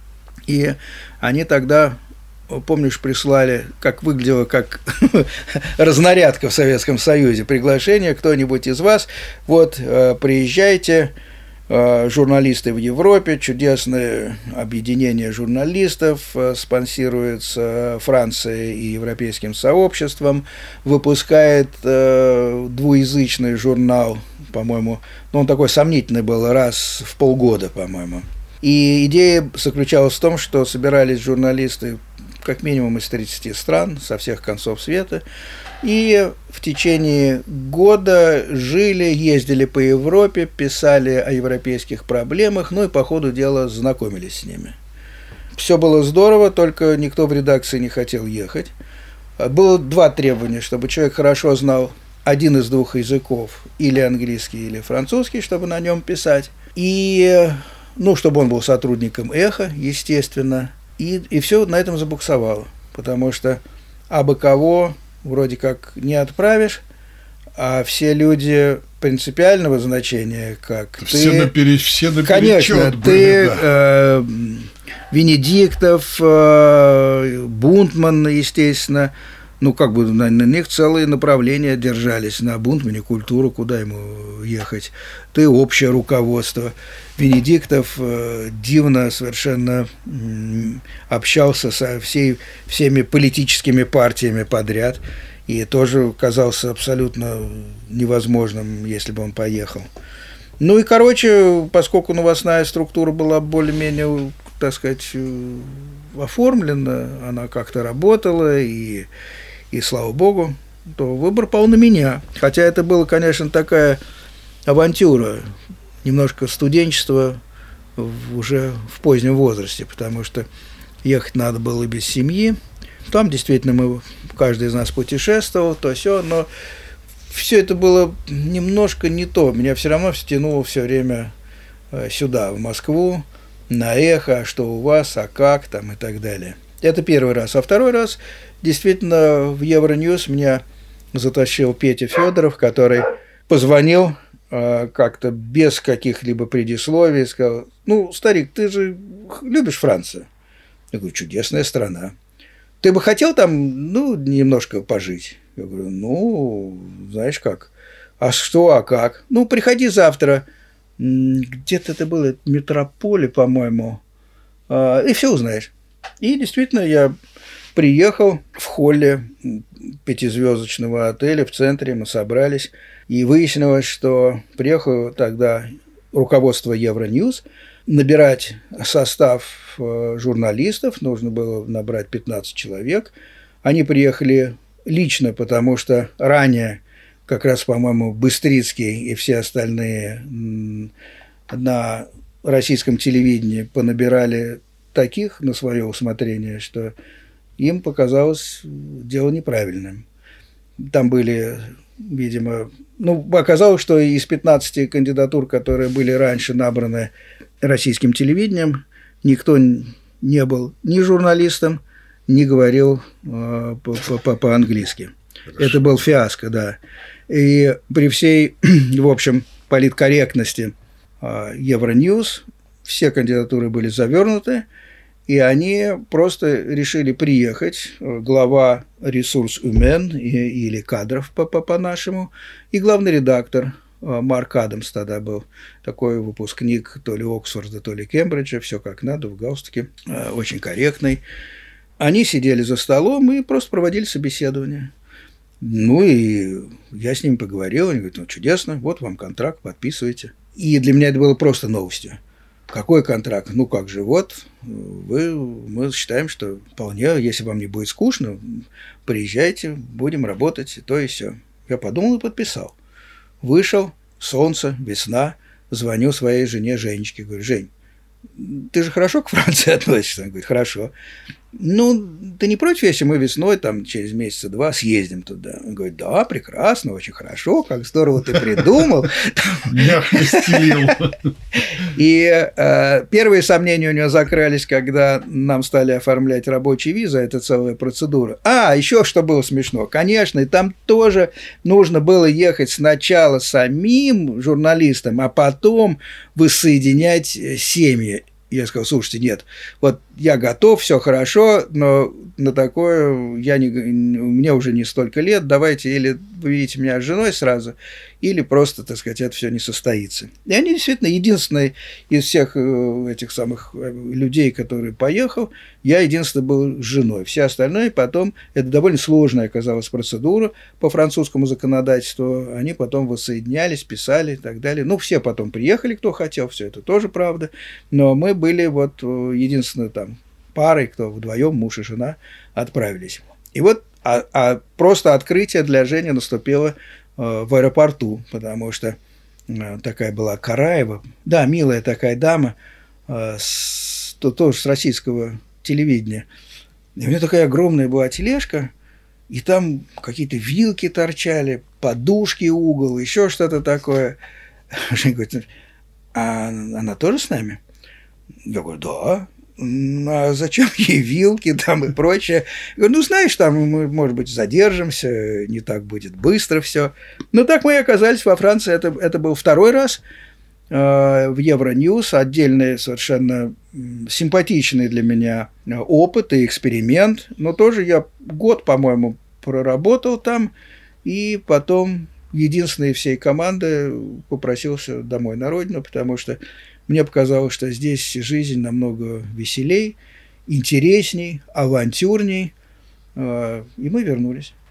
Speaker 1: И они тогда, помнишь, прислали, как выглядело, как разнарядка в Советском Союзе, приглашение, кто-нибудь из вас, вот, приезжайте, журналисты в Европе, чудесное объединение журналистов, спонсируется Францией и Европейским сообществом, выпускает двуязычный журнал, по-моему, ну, он такой сомнительный был, раз в полгода, по-моему. И идея заключалась в том, что собирались журналисты как минимум из тридцати стран, со всех концов света, и в течение года жили, ездили по Европе, писали о европейских проблемах, ну и по ходу дела знакомились с ними. Все было здорово, только никто в редакции не хотел ехать. Было два требования, чтобы человек хорошо знал один из двух языков, или английский, или французский, чтобы на нем писать, и, ну, чтобы он был сотрудником «Эхо», естественно. И, и все на этом забуксовало, потому что абы кого вроде как не отправишь, а все люди принципиального значения, как
Speaker 2: все
Speaker 1: ты...
Speaker 2: Напереч, все наперечет
Speaker 1: конечно,
Speaker 2: были,
Speaker 1: ты,
Speaker 2: да.
Speaker 1: э, Венедиктов, э, Бунтман, естественно, ну, как бы на, на них целые направления держались, на Бунтмане культуру, куда ему ехать. Ты общее руководство. Венедиктов э, дивно совершенно э, общался со всей, всеми политическими партиями подряд, и тоже казался абсолютно невозможным, если бы он поехал. Ну и, короче, поскольку новостная структура была более-менее, так сказать, оформлена, она как-то работала, и, и слава богу, то выбор пал на меня. Хотя это была, конечно, такая авантюра, немножко студенчество уже в позднем возрасте, потому что ехать надо было без семьи. Там действительно мы, каждый из нас путешествовал, то сё, но все это было немножко не то. Меня все равно тянуло все время сюда, в Москву, на эхо, а что у вас, а как там и так далее. Это первый раз. А второй раз действительно в Евроньюз меня затащил Петя Федоров, который позвонил э, как-то без каких-либо предисловий, сказал: ну, старик, ты же любишь Францию? Я говорю: чудесная страна. Ты бы хотел там, ну, немножко пожить? Я говорю: ну, знаешь как. А что, а как? Ну, приходи завтра. Где-то это было, в Метрополе, по-моему. И все узнаешь. И действительно, я приехал в холле пятизвездочного отеля в центре, мы собрались. И выяснилось, что приехало тогда руководство Евроньюз набирать состав журналистов. Нужно было набрать пятнадцать человек. Они приехали лично, потому что ранее как раз, по-моему, Быстрицкий и все остальные на российском телевидении понабирали таких на свое усмотрение, что им показалось дело неправильным. Там были, видимо, ну, оказалось, что из пятнадцати кандидатур, которые были раньше набраны российским телевидением, никто не был ни журналистом, не говорил э, по-английски. Это был фиаско, да. И при всей, в общем, политкорректности э, Евроньюз все кандидатуры были завернуты, и они просто решили приехать, глава ресурс Умен или кадров по-нашему, и главный редактор Марк Адамс тогда был, такой выпускник то ли Оксфорда, то ли Кембриджа, все как надо, в галстуке, э, очень корректный. Они сидели за столом и просто проводили собеседование. Ну, и я с ними поговорил, они говорят: ну, чудесно, вот вам контракт, подписывайте. И для меня это было просто новостью. Какой контракт? Ну, как же, вот, вы, мы считаем, что вполне, если вам не будет скучно, приезжайте, будем работать, и то и все. Я подумал и подписал. Вышел, солнце, весна, звоню своей жене Женечке, говорю: Жень, ты же хорошо к Франции относишься? Она говорит: хорошо. Ну, ты не против, если мы весной, там, через месяца два съездим туда? Он говорит: да, прекрасно, очень хорошо, как здорово ты придумал.
Speaker 2: Мягко стелил.
Speaker 1: И э, первые сомнения у него закрались, когда нам стали оформлять рабочие визы, это целая процедура. А, еще что было смешно, конечно, и там тоже нужно было ехать сначала самим журналистам, а потом воссоединять семьи. Я сказал: слушайте, нет, вот я готов, все хорошо, но на такое я не, мне уже не столько лет, давайте или вы видите меня с женой сразу, или просто, так сказать, это все не состоится. И они действительно единственные из всех этих самых людей, который поехал, я единственный был с женой. Все остальные потом, это довольно сложная оказалась процедура по французскому законодательству, они потом воссоединялись, писали и так далее. Ну, все потом приехали, кто хотел, все это тоже правда, но мы были вот единственной там парой, кто вдвоем, муж и жена, отправились. И вот а, а просто открытие для Жени наступило э, в аэропорту, потому что э, такая была Караева, да, милая такая дама, э, с, то, тоже с российского телевидения. И у нее такая огромная была тележка, и там какие-то вилки торчали, подушки, угол, еще что-то такое. Женя говорит: а она тоже с нами? Я говорю: да. А зачем ей вилки там и прочее? Я говорю: ну, знаешь, там мы, может быть, задержимся, не так будет быстро все. Ну, так мы и оказались во Франции. Это, это был второй раз э, в Евроньюз. Отдельный, совершенно симпатичный для меня опыт и эксперимент. Но тоже я год, по-моему, проработал там. И потом единственной всей команды попросился домой на родину, потому что мне показалось, что здесь жизнь намного веселей, интересней, авантюрней, и мы вернулись.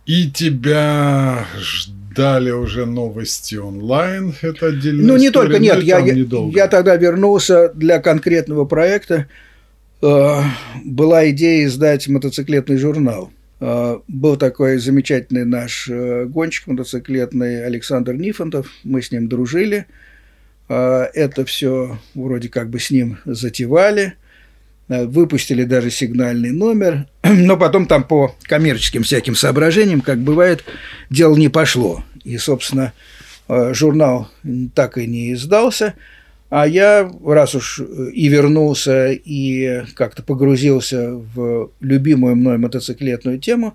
Speaker 2: И тебя ждали уже новости онлайн, это отдельная
Speaker 1: Ну, не
Speaker 2: история,
Speaker 1: только, нет, я, я, я тогда вернулся для конкретного проекта. Э, была идея издать мотоциклетный журнал. Э, был такой замечательный наш э, гонщик мотоциклетный Александр Нифонтов, мы с ним дружили. Э, это все вроде как бы с ним затевали. Выпустили даже сигнальный номер, но потом там по коммерческим всяким соображениям, как бывает, дело не пошло. И, собственно, журнал так и не издался. А я, раз уж и вернулся, и как-то погрузился в любимую мной мотоциклетную тему,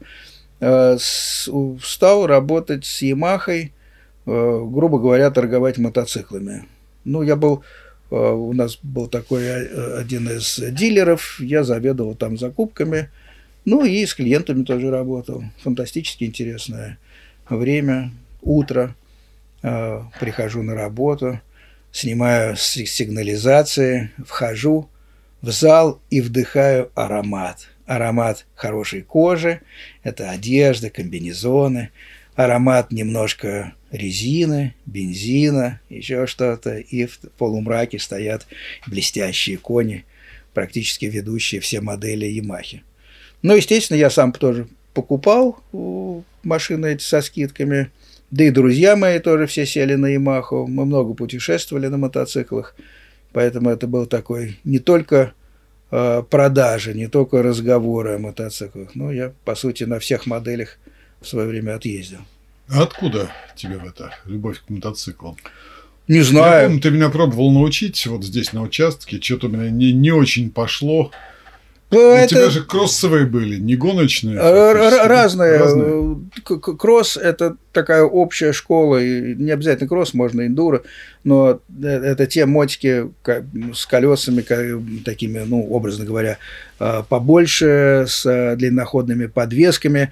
Speaker 1: стал работать с Ямахой, грубо говоря, торговать мотоциклами. Ну, я был... У нас был такой один из дилеров, я заведовал там закупками, ну и с клиентами тоже работал. Фантастически интересное время, утро, прихожу на работу, снимаю сигнализации, вхожу в зал и вдыхаю аромат. Аромат хорошей кожи, это одежда, комбинезоны, аромат немножко резины, бензина, еще что-то, и в полумраке стоят блестящие кони, практически ведущие все модели Ямахи. Ну, естественно, я сам тоже покупал машины эти со скидками, да и друзья мои тоже все сели на Ямаху, мы много путешествовали на мотоциклах, поэтому это был такой не только э, продажа, не только разговоры о мотоциклах, но я, по сути, на всех моделях в свое время отъездил.
Speaker 2: А откуда тебе это любовь к мотоциклам?
Speaker 1: Не знаю.
Speaker 2: Я помню, ты меня пробовал научить вот здесь на участке, что-то у меня не, не очень пошло. Это... У тебя же кроссовые были, не гоночные.
Speaker 1: Разные. Разные. Кросс – это такая общая школа, и не обязательно кросс, можно эндуро, но это те мотики с колесами такими, ну, образно говоря, побольше, с длинноходными подвесками,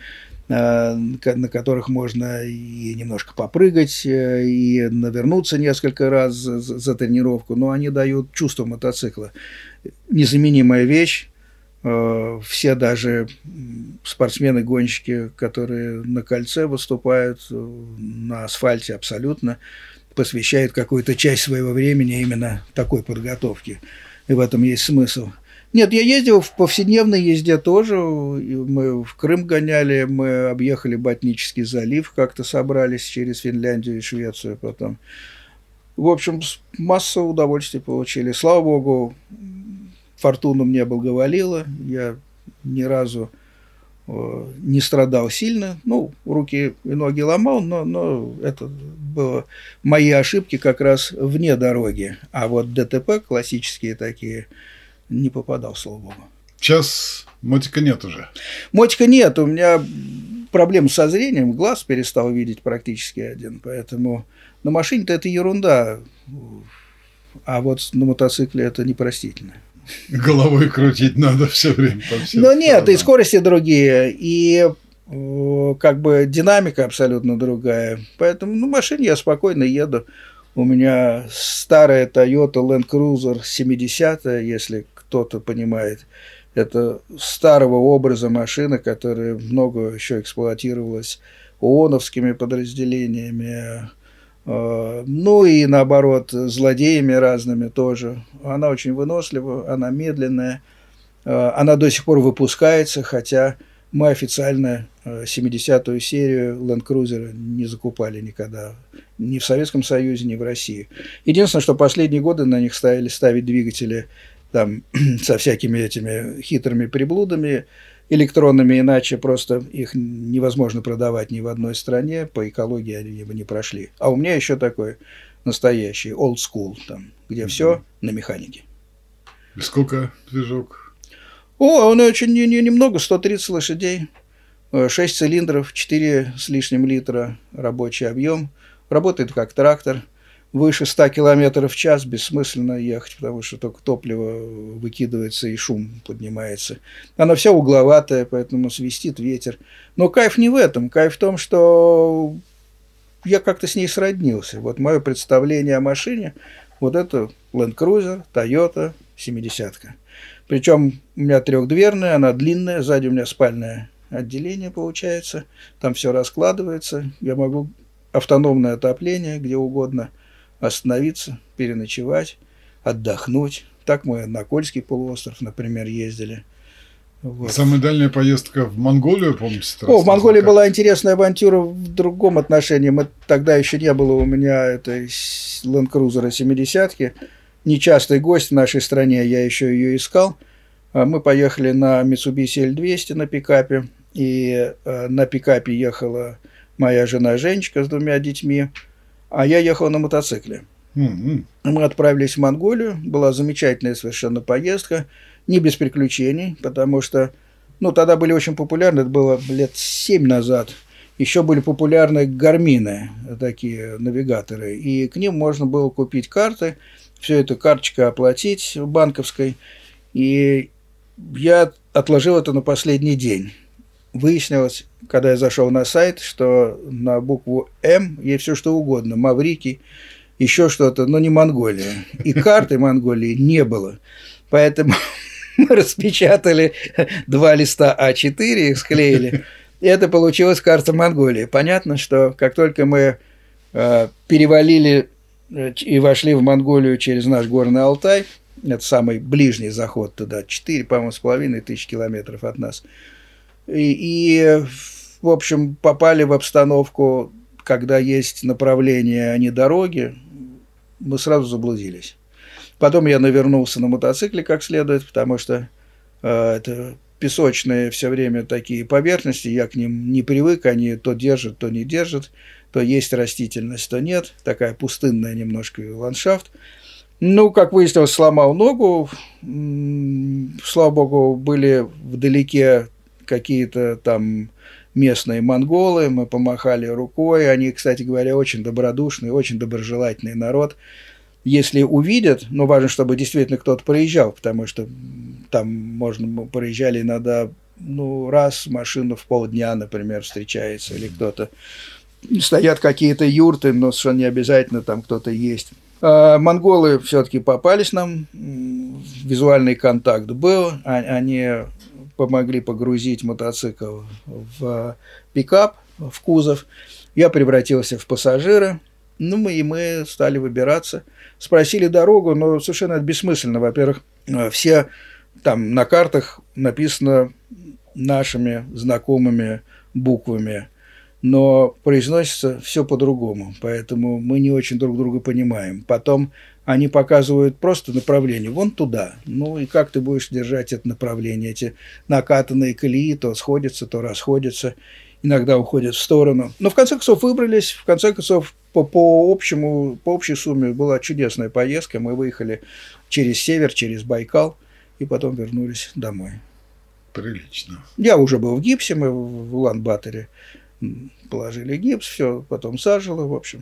Speaker 1: на которых можно и немножко попрыгать, и навернуться несколько раз за, за тренировку, но они дают чувство мотоцикла. Незаменимая вещь. Все даже спортсмены-гонщики, которые на кольце выступают, на асфальте абсолютно, посвящают какую-то часть своего времени именно такой подготовке. И в этом есть смысл. Нет, я ездил в повседневной езде тоже. Мы в Крым гоняли, мы объехали Ботнический залив, как-то собрались через Финляндию и Швецию потом. В общем, массу удовольствия получили. Слава богу, фортуна мне благоволила. Я ни разу не страдал сильно. Ну, руки и ноги ломал, но, но это было мои ошибки как раз вне дороги. А вот ДТП классические такие не попадал, слава богу.
Speaker 2: Сейчас мотика нет уже?
Speaker 1: Мотика нет. У меня проблемы со зрением. Глаз перестал видеть практически один. Поэтому на машине-то это ерунда. А вот на мотоцикле это непростительно.
Speaker 2: Головой крутить надо все время.
Speaker 1: Но нет, сторонам. И скорости другие, и как бы динамика абсолютно другая. Поэтому на машине я спокойно еду. У меня старая Toyota Land Cruiser семидесятая, если кто-то понимает. Это старого образа машина, которая много еще эксплуатировалась ООНовскими подразделениями. Ну и наоборот, злодеями разными тоже. Она очень вынослива, она медленная. Она до сих пор выпускается, хотя мы официально семидесятую серию Land Cruiser не закупали никогда. Ни в Советском Союзе, ни в России. Единственное, что последние годы на них стали ставить двигатели там, со всякими этими хитрыми приблудами электронными, иначе просто их невозможно продавать ни в одной стране, по экологии они бы не прошли. А у меня еще такой настоящий old school, там, где mm-hmm. все на механике.
Speaker 2: И сколько движок?
Speaker 1: О, он очень немного, сто тридцать лошадей, шесть цилиндров, четыре с лишним литра рабочий объем, работает как трактор. Выше ста километров в час бессмысленно ехать, потому что только топливо выкидывается и шум поднимается. Оно все угловатое, поэтому свистит ветер. Но кайф не в этом. Кайф в том, что я как-то с ней сроднился. Вот мое представление о машине, вот это Land Cruiser, Toyota, семидесятка. Причем у меня трехдверная, она длинная, сзади у меня спальное отделение получается. Там все раскладывается. Я могу автономное отопление где угодно остановиться, переночевать, отдохнуть. Так мы на Кольский полуостров, например, ездили. Вот.
Speaker 2: Самая дальняя поездка в Монголию, помните?
Speaker 1: О, в Монголии как? Была интересная авантюра в другом отношении. Мы, тогда еще не было у меня этой Land Cruiser семидесятки. Нечастый гость в нашей стране, я еще ее искал. Мы поехали на Mitsubishi эль двести на пикапе. И на пикапе ехала моя жена Женечка с двумя детьми, а я ехал на мотоцикле. Mm-hmm. Мы отправились в Монголию. Была замечательная совершенно поездка. Не без приключений, потому что, ну, тогда были очень популярны, это было лет семь назад, еще были популярны гармины, такие навигаторы, и к ним можно было купить карты, все это карточка оплатить банковской, и я отложил это на последний день. Выяснилось, когда я зашел на сайт, что на букву «М» есть все что угодно, Маврикий, еще что-то, но не Монголия, и карты Монголии не было, поэтому... Мы распечатали два листа а четыре, их склеили, и это получилась карта Монголии. Понятно, что как только мы э, перевалили и вошли в Монголию через наш горный Алтай, это самый ближний заход туда, четыре, по-моему, с половиной тысяч километров от нас, и, и, в общем, попали в обстановку, когда есть направление, а не дороги, мы сразу заблудились. Потом я навернулся на мотоцикле как следует, потому что э, это песочные все время такие поверхности, я к ним не привык, они то держат, то не держат, то есть растительность, то нет, такая пустынная немножко ландшафт. Ну, как выяснилось, сломал ногу, слава богу, были вдалеке какие-то там местные монголы, мы помахали рукой, они, кстати говоря, очень добродушный, очень доброжелательный народ. Если увидят, ну, важно, чтобы действительно кто-то проезжал, потому что там можно, мы проезжали иногда, ну, раз машина в полдня, например, встречается, или кто-то, стоят какие-то юрты, но совершенно не обязательно там кто-то есть. А монголы все-таки попались нам, визуальный контакт был, они помогли погрузить мотоцикл в пикап, в кузов, я превратился в пассажира. Ну, мы и мы стали выбираться. Спросили дорогу, но совершенно это бессмысленно. Во-первых, все там на картах написано нашими знакомыми буквами, но произносится все по-другому, поэтому мы не очень друг друга понимаем. Потом они показывают просто направление, вон туда. Ну, и как ты будешь держать это направление? Эти накатанные колеи то сходятся, то расходятся, иногда уходят в сторону. Но в конце концов выбрались, в конце концов по, по, общему, по общей сумме была чудесная поездка. Мы выехали через север, через Байкал, и потом вернулись домой.
Speaker 2: Прилично.
Speaker 1: Я уже был в гипсе, мы в Улан-Баторе положили гипс, все, потом зажило, в общем.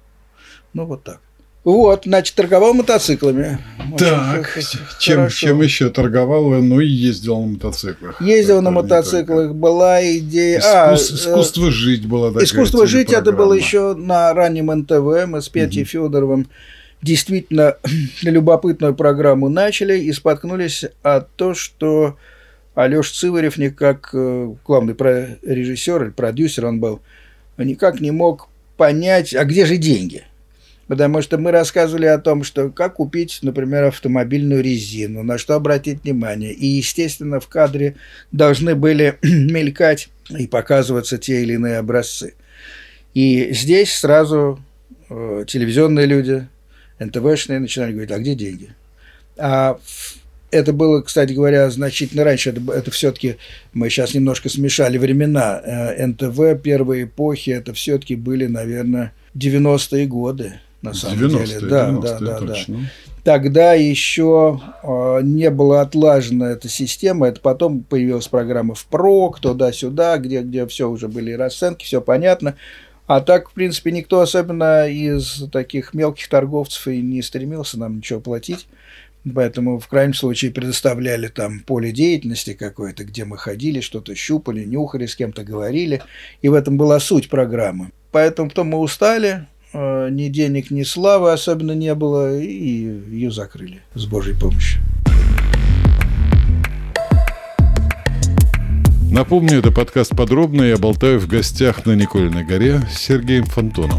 Speaker 1: Ну, вот так. Вот, значит, торговал мотоциклами.
Speaker 2: Так, чем, чем еще торговал? Ну, и ездил на мотоциклах.
Speaker 1: Ездил на мотоциклах, была идея...
Speaker 2: Искус... А, искусство жить была такая.
Speaker 1: Искусство жить, это было еще на раннем эн тэ вэ. Мы с Петей угу. Федоровым действительно любопытную программу начали и споткнулись о том, что Алёша Цыварев никак, главный режиссер или продюсер он был, никак не мог понять, а где же деньги? Потому что мы рассказывали о том, что как купить, например, автомобильную резину, на что обратить внимание. И, естественно, в кадре должны были мелькать и показываться те или иные образцы. И здесь сразу э, телевизионные люди, эн тэ вэ-шные начинали говорить, а где деньги? А это было, кстати говоря, значительно раньше. Это, это все-таки, мы сейчас немножко смешали времена. эн тэ вэ первой эпохи, это все-таки были, наверное, девяностые годы. На самом
Speaker 2: девяностые,
Speaker 1: деле, да,
Speaker 2: девяностые,
Speaker 1: да, да,
Speaker 2: точно.
Speaker 1: да. Тогда еще э, не была отлажена эта система, это потом появилась программа впрок, туда-сюда, где, где все уже были расценки, все понятно. А так, в принципе, никто особенно из таких мелких торговцев и не стремился нам ничего платить. Поэтому в крайнем случае предоставляли там поле деятельности какое-то, где мы ходили, что-то щупали, нюхали, с кем-то говорили. И в этом была суть программы. Поэтому потом мы устали. Ни денег, ни славы особенно не было, и ее закрыли с Божьей помощью.
Speaker 2: Напомню, это подкаст «Подробно». Я болтаю в гостях на Никольной горе с Сергеем Фонтоном.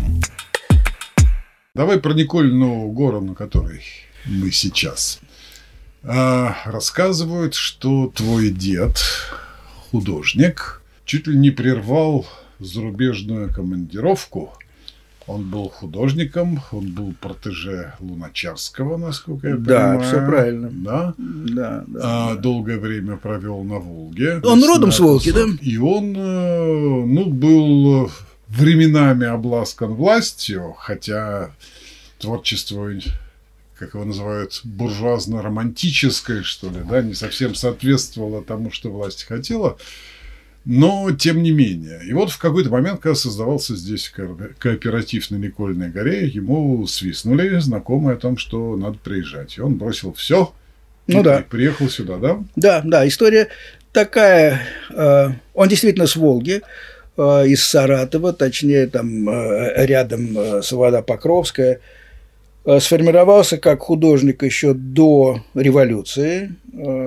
Speaker 2: Давай про Никольную гору, на которой мы сейчас. А, рассказывают, что твой дед, художник, чуть ли не прервал зарубежную командировку. Он был художником, он был протеже Луначарского, насколько я
Speaker 1: да,
Speaker 2: понимаю.
Speaker 1: Да, все правильно.
Speaker 2: Да?
Speaker 1: Да, да,
Speaker 2: а,
Speaker 1: да.
Speaker 2: Долгое время провел на Волге.
Speaker 1: Он родом с Волги, да?
Speaker 2: И он, ну, был временами обласкан властью, хотя творчество, как его называют, буржуазно-романтическое, что ли, да, не совсем соответствовало тому, что власть хотела. Но, тем не менее. И вот в какой-то момент, когда создавался здесь кооператив на Никольной горе, ему свистнули знакомые о том, что надо приезжать. И он бросил все
Speaker 1: ну,
Speaker 2: и
Speaker 1: да.
Speaker 2: приехал сюда, да?
Speaker 1: Да, да, история такая. Он действительно с Волги, из Саратова, точнее, там рядом Слобода Покровская. Сформировался как художник еще до революции.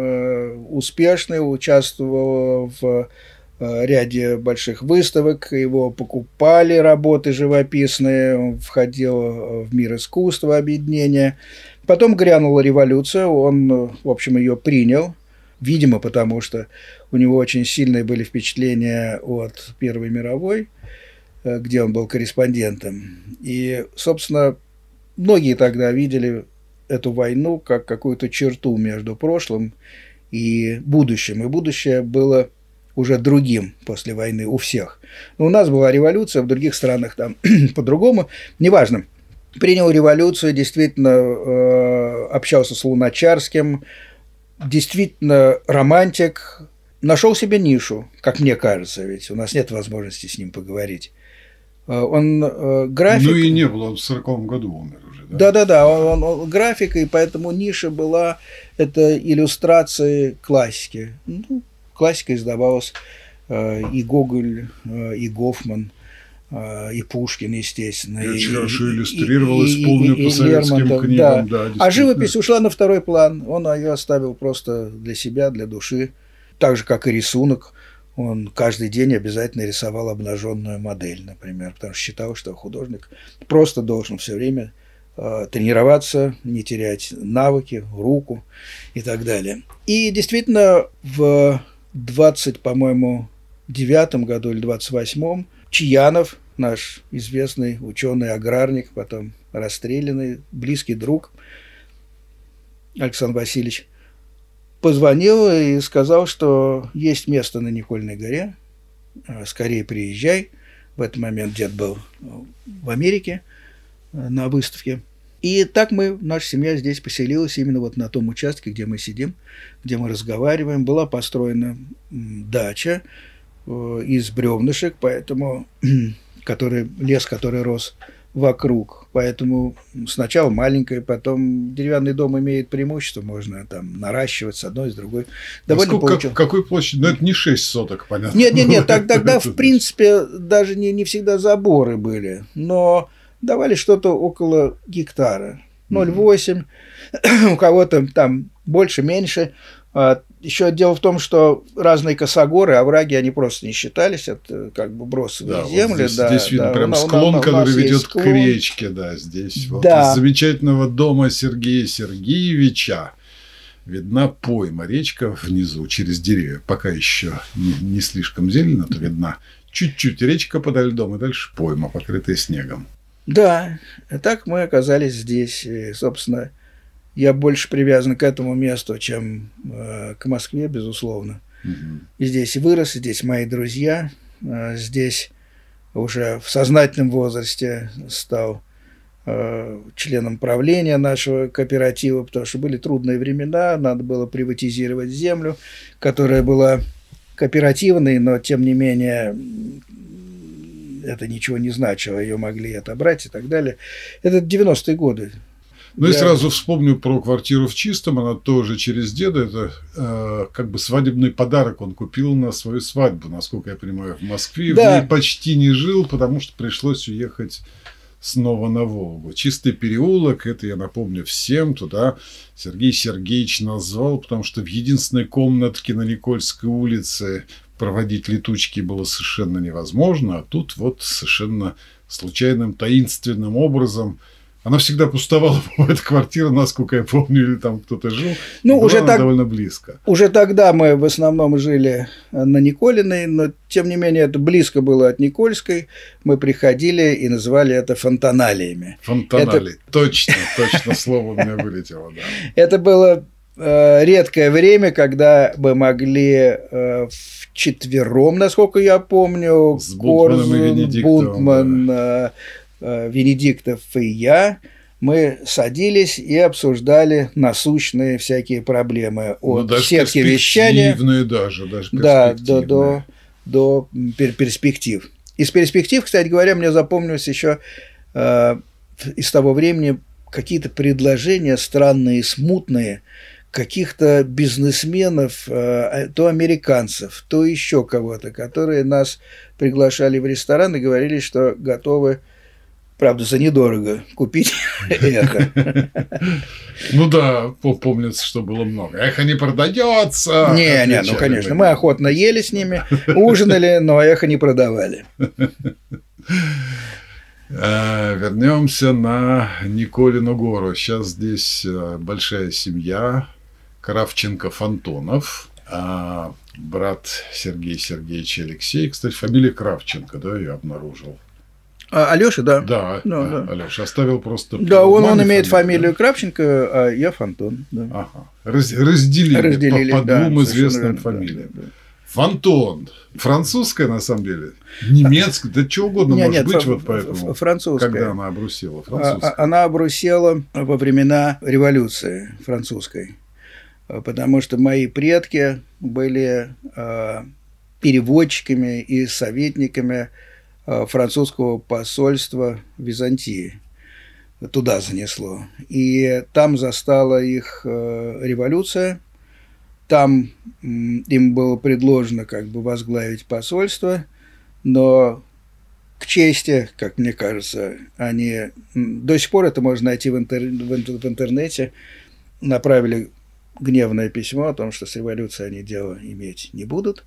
Speaker 1: Успешно участвовал в ряде больших выставок, его покупали работы живописные, он входил в мир искусства, объединения. Потом грянула революция, он, в общем, ее принял, видимо, потому что у него очень сильные были впечатления от Первой мировой, где он был корреспондентом. И, собственно, многие тогда видели эту войну как какую-то черту между прошлым и будущим. И будущее было уже другим после войны у всех. Но у нас была революция, в других странах там по-другому. Неважно. Принял революцию, действительно э, общался с Луначарским, действительно романтик. Нашел себе нишу, как мне кажется, ведь у нас нет возможности с ним поговорить. Э, он э, график...
Speaker 2: Ну и не было, он в сороковом году умер уже.
Speaker 1: Да-да-да, он, он, он график, и поэтому ниша была это иллюстрации классики. Ну, классика издавалась э, и Гоголь, э, и Гофман, э, и Пушкин, естественно.
Speaker 2: И
Speaker 1: и,
Speaker 2: очень хорошо
Speaker 1: и,
Speaker 2: иллюстрировалась,
Speaker 1: и,
Speaker 2: помню,
Speaker 1: и,
Speaker 2: по
Speaker 1: и
Speaker 2: советским
Speaker 1: Лермонтов,
Speaker 2: книгам.
Speaker 1: Да.
Speaker 2: Да,
Speaker 1: а живопись ушла на второй план. Он ее оставил просто для себя, для души. Так же, как и рисунок. Он каждый день обязательно рисовал обнаженную модель, например, потому что считал, что художник просто должен все время тренироваться, не терять навыки, руку и так далее. И действительно в двадцать, по-моему, девятом году или двадцать восьмом Чаянов, наш известный ученый-аграрник, потом расстрелянный, близкий друг Александр Васильевич, позвонил и сказал, что есть место на Никольной горе, скорее приезжай. В этот момент дед был в Америке на выставке. И так мы, наша семья здесь поселилась именно вот на том участке, где мы сидим, где мы разговариваем. Была построена дача из бревнышек, поэтому, который, лес, который рос вокруг. Поэтому сначала маленькая, потом деревянный дом имеет преимущество, можно там наращивать с одной, с другой. Довольно
Speaker 2: а сколько,
Speaker 1: получил...
Speaker 2: как, какой площадь? Ну, это не шесть соток, понятно.
Speaker 1: Нет, нет, нет, тогда, в принципе, даже не, не всегда заборы были, но давали что-то около гектара, ноль целых восемь десятых, у кого-то там больше, меньше. Еще дело в том, что разные косогоры, овраги, они просто не считались, это как бы бросовые
Speaker 2: да,
Speaker 1: земли.
Speaker 2: Вот здесь,
Speaker 1: да,
Speaker 2: здесь видно
Speaker 1: да,
Speaker 2: прям
Speaker 1: у,
Speaker 2: склон,
Speaker 1: у, у
Speaker 2: который ведет
Speaker 1: склон.
Speaker 2: к речке, да, здесь вот
Speaker 1: да.
Speaker 2: Из замечательного дома Сергея Сергеевича видна пойма, речка внизу, через деревья, пока еще не, не слишком зелено, то видна чуть-чуть речка подо льдом, и дальше пойма, покрытая снегом.
Speaker 1: Да, так мы оказались здесь. И, собственно, я больше привязан к этому месту, чем э, к Москве, безусловно.
Speaker 2: Угу.
Speaker 1: И здесь вырос, и здесь мои друзья. Э, здесь уже в сознательном возрасте стал э, членом правления нашего кооператива, потому что были трудные времена, надо было приватизировать землю, которая была кооперативной, но, тем не менее, это ничего не значило, ее могли отобрать и так далее. Это девяностые годы.
Speaker 2: Ну
Speaker 1: Я...
Speaker 2: и сразу вспомню про квартиру в Чистом, она тоже через деда, это э, как бы свадебный подарок он купил на свою свадьбу, насколько я понимаю, в Москве. Да. В ней почти не жил, потому что пришлось уехать снова на Волгу. Чистый переулок, это я напомню всем, туда Сергей Сергеевич назвал, потому что в единственной комнатке на Никольской улице проводить летучки было совершенно невозможно, а тут вот совершенно случайным, таинственным образом. Она всегда пустовала, эта квартира, насколько я помню, или там кто-то жил.
Speaker 1: Ну,
Speaker 2: была
Speaker 1: уже
Speaker 2: она
Speaker 1: так,
Speaker 2: довольно близко.
Speaker 1: Уже тогда мы в основном жили на Николиной, но, тем не менее, это близко было от Никольской. Мы приходили и называли это фонтаналиями.
Speaker 2: Фонтанали. Это... Точно, точно слово у меня вылетело, да.
Speaker 1: Это было э, редкое время, когда мы могли э, вчетвером, насколько я помню,
Speaker 2: с Бунтманом и Венедиктовым,
Speaker 1: Бунтман, да. Венедиктов и я, мы садились и обсуждали насущные всякие проблемы от
Speaker 2: ну,
Speaker 1: сетки вещания
Speaker 2: даже, даже
Speaker 1: да, до, до, до перспектив. Из перспектив, кстати говоря, мне запомнилось еще э, из того времени какие-то предложения странные, смутные каких-то бизнесменов, э, то американцев, то еще кого-то, которые нас приглашали в ресторан и говорили, что готовы, правда, за недорого купить это.
Speaker 2: Ну да, помнится, что было много. Эхо не продается.
Speaker 1: Не, не, ну конечно, мы охотно ели с ними, ужинали, но эхо не продавали.
Speaker 2: Вернемся на Николину гору. Сейчас здесь большая семья Кравченко-Фонтонов. А брат Сергей Сергеевич Алексей, кстати, фамилия Кравченко, да, я обнаружил.
Speaker 1: А, Алёша, да.
Speaker 2: Да,
Speaker 1: ну,
Speaker 2: да.
Speaker 1: да.
Speaker 2: Алёша оставил просто...
Speaker 1: Да, он, он имеет фамилию, фамилию да? Кравченко, а я Фонтон. Да.
Speaker 2: Ага. Раз, разделили,
Speaker 1: разделили
Speaker 2: по, по
Speaker 1: да,
Speaker 2: двум известным
Speaker 1: верно,
Speaker 2: фамилиям.
Speaker 1: Да, да.
Speaker 2: Фонтон. Французская, на самом деле. Немецкая, да чего угодно
Speaker 1: нет,
Speaker 2: может
Speaker 1: нет,
Speaker 2: быть.
Speaker 1: фр-
Speaker 2: Вот поэтому,
Speaker 1: французская.
Speaker 2: Когда она обрусела. Французская.
Speaker 1: Она обрусела во времена революции французской. Потому что мои предки были э, переводчиками и советниками французского посольства в Византии. Туда занесло. И там застала их революция. Там им было предложено как бы возглавить посольство, но к чести, как мне кажется, они... До сих пор это можно найти в, интер... в интернете. Направили гневное письмо о том, что с революцией они дело иметь не будут.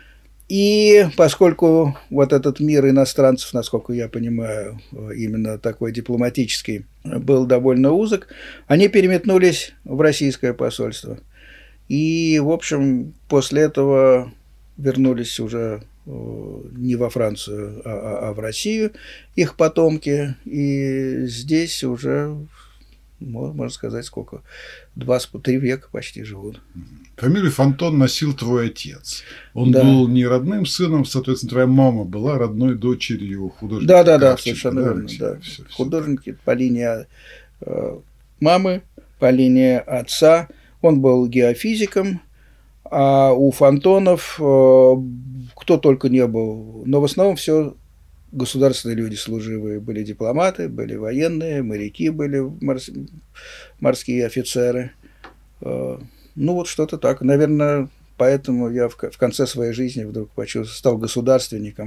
Speaker 1: И поскольку вот этот мир иностранцев, насколько я понимаю, именно такой дипломатический, был довольно узок, они переметнулись в российское посольство. И, в общем, после этого вернулись уже не во Францию, а, а в Россию их потомки. И здесь уже, можно сказать, сколько? Два, три века почти живут.
Speaker 2: Фамилию Фонтон носил твой отец. Он да. был не родным сыном, соответственно, твоя мама была родной дочерью художника.
Speaker 1: Да, да,
Speaker 2: Кравченко,
Speaker 1: да, совершенно
Speaker 2: да,
Speaker 1: верно. Да.
Speaker 2: Все, все
Speaker 1: Художники так. По линии э, мамы, по линии отца. Он был геофизиком, а у Фонтонов э, кто только не был, но в основном все государственные люди служивые. Были дипломаты, были военные, моряки были, морс... морские офицеры. Э, Ну, вот что-то так. Наверное, поэтому я в конце своей жизни вдруг почувствовал, стал государственником.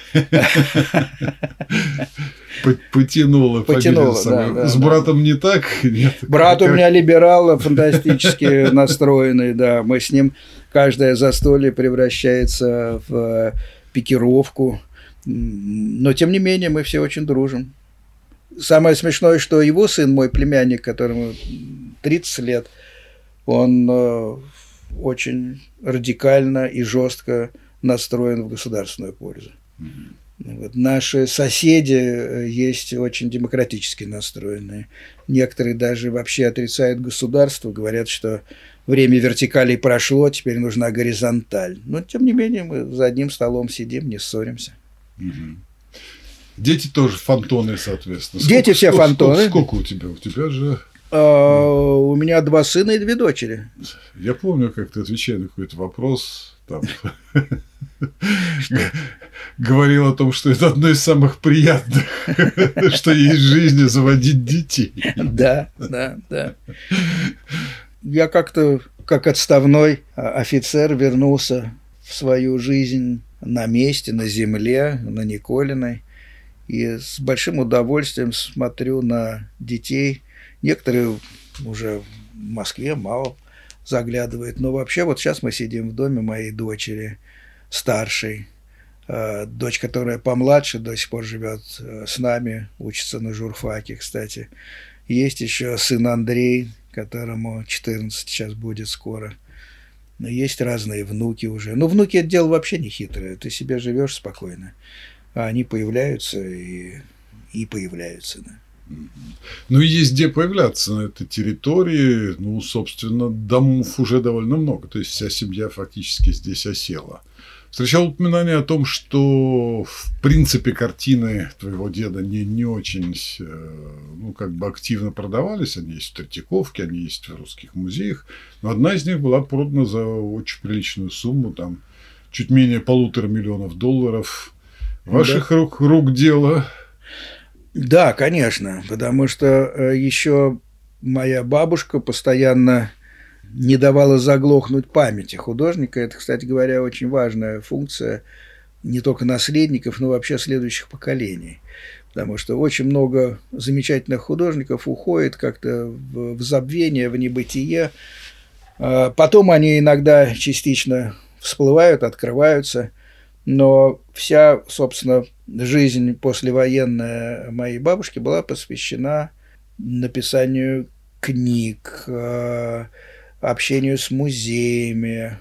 Speaker 2: Потянуло.
Speaker 1: Потянуло, да.
Speaker 2: С братом не так?
Speaker 1: Брат у меня либерал, фантастически настроенный, да. Мы с ним, каждое застолье превращается в пикировку. Но, тем не менее, мы все очень дружим. Самое смешное, что его сын, мой племянник, которому тридцать лет, он э, очень радикально и жестко настроен в государственную пользу. Mm-hmm. Вот. Наши соседи есть очень демократически настроенные. Некоторые даже вообще отрицают государство, говорят, что время вертикалей прошло, теперь нужна горизонталь. Но, тем не менее, мы за одним столом сидим, не ссоримся.
Speaker 2: Mm-hmm. Дети тоже фонтоны, соответственно.
Speaker 1: Дети сколько, все
Speaker 2: сколько,
Speaker 1: фонтоны.
Speaker 2: Сколько, сколько у тебя? У тебя же...
Speaker 1: Uh, у меня два сына и две дочери.
Speaker 2: Я помню, как ты отвечая на какой-то вопрос, там, говорил о том, что это одно из самых приятных, что есть в жизни, заводить детей.
Speaker 1: Да, да, да. Я как-то, как отставной офицер, вернулся в свою жизнь на месте, на земле, на Николиной, и с большим удовольствием смотрю на детей. Некоторые уже в Москве мало заглядывают, но вообще вот сейчас мы сидим в доме моей дочери. старший. Дочь, которая помладше, до сих пор живет с нами, учится на журфаке, кстати. Есть еще сын Андрей, которому четырнадцать сейчас будет скоро. Но есть разные внуки уже. Но внуки – это дело вообще не хитрое. Ты себе живешь спокойно, а они появляются и, и появляются. Да.
Speaker 2: Ну, и есть где появляться на этой территории. Ну, собственно, домов уже довольно много. То есть, вся семья фактически здесь осела. Встречал упоминание о том, что, в принципе, картины твоего деда не, не очень, ну, как бы активно продавались. Они есть в Третьяковке, они есть в русских музеях. Но одна из них была продана за очень приличную сумму, там, чуть менее полутора миллионов долларов. Ваших да. рук, рук дело.
Speaker 1: Да, конечно, потому что еще моя бабушка постоянно не давала заглохнуть памяти художника. Это, кстати говоря, очень важная функция не только наследников, но вообще следующих поколений. Потому что очень много замечательных художников уходит как-то в, в забвение, в небытие. Потом они иногда частично всплывают, открываются. Но вся, собственно, жизнь послевоенная моей бабушки была посвящена написанию книг, общению с музеями.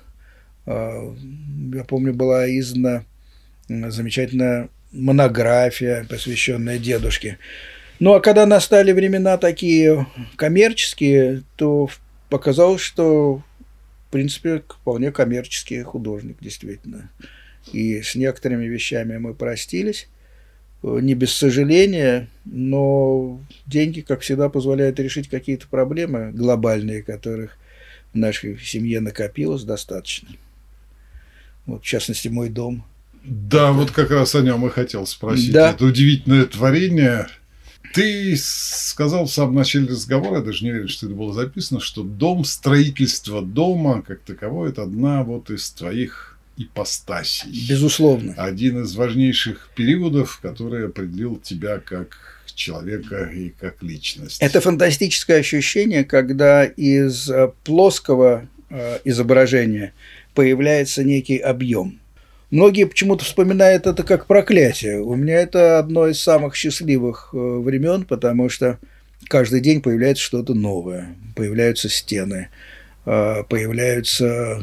Speaker 1: Я помню, была издана замечательная монография, посвященная дедушке. Ну, а когда настали времена такие коммерческие, то показалось, что, в принципе, вполне коммерческий художник, действительно. И с некоторыми вещами мы простились. Не без сожаления, но деньги, как всегда, позволяют решить какие-то проблемы глобальные, которых в нашей семье накопилось достаточно. Вот, в частности, мой дом.
Speaker 2: Да, это... вот как раз о нем и хотел спросить.
Speaker 1: Да.
Speaker 2: Это удивительное творение. Ты сказал в самом начале разговора, я даже не верю, что это было записано, что дом, строительство дома, как таковое, это одна вот из твоих ипостасей.
Speaker 1: Безусловно.
Speaker 2: Один из важнейших периодов, который определил тебя как человека и как личность.
Speaker 1: Это фантастическое ощущение, когда из плоского изображения появляется некий объем. Многие почему-то вспоминают это как проклятие. У меня это одно из самых счастливых времен, потому что каждый день появляется что-то новое. Появляются стены, появляются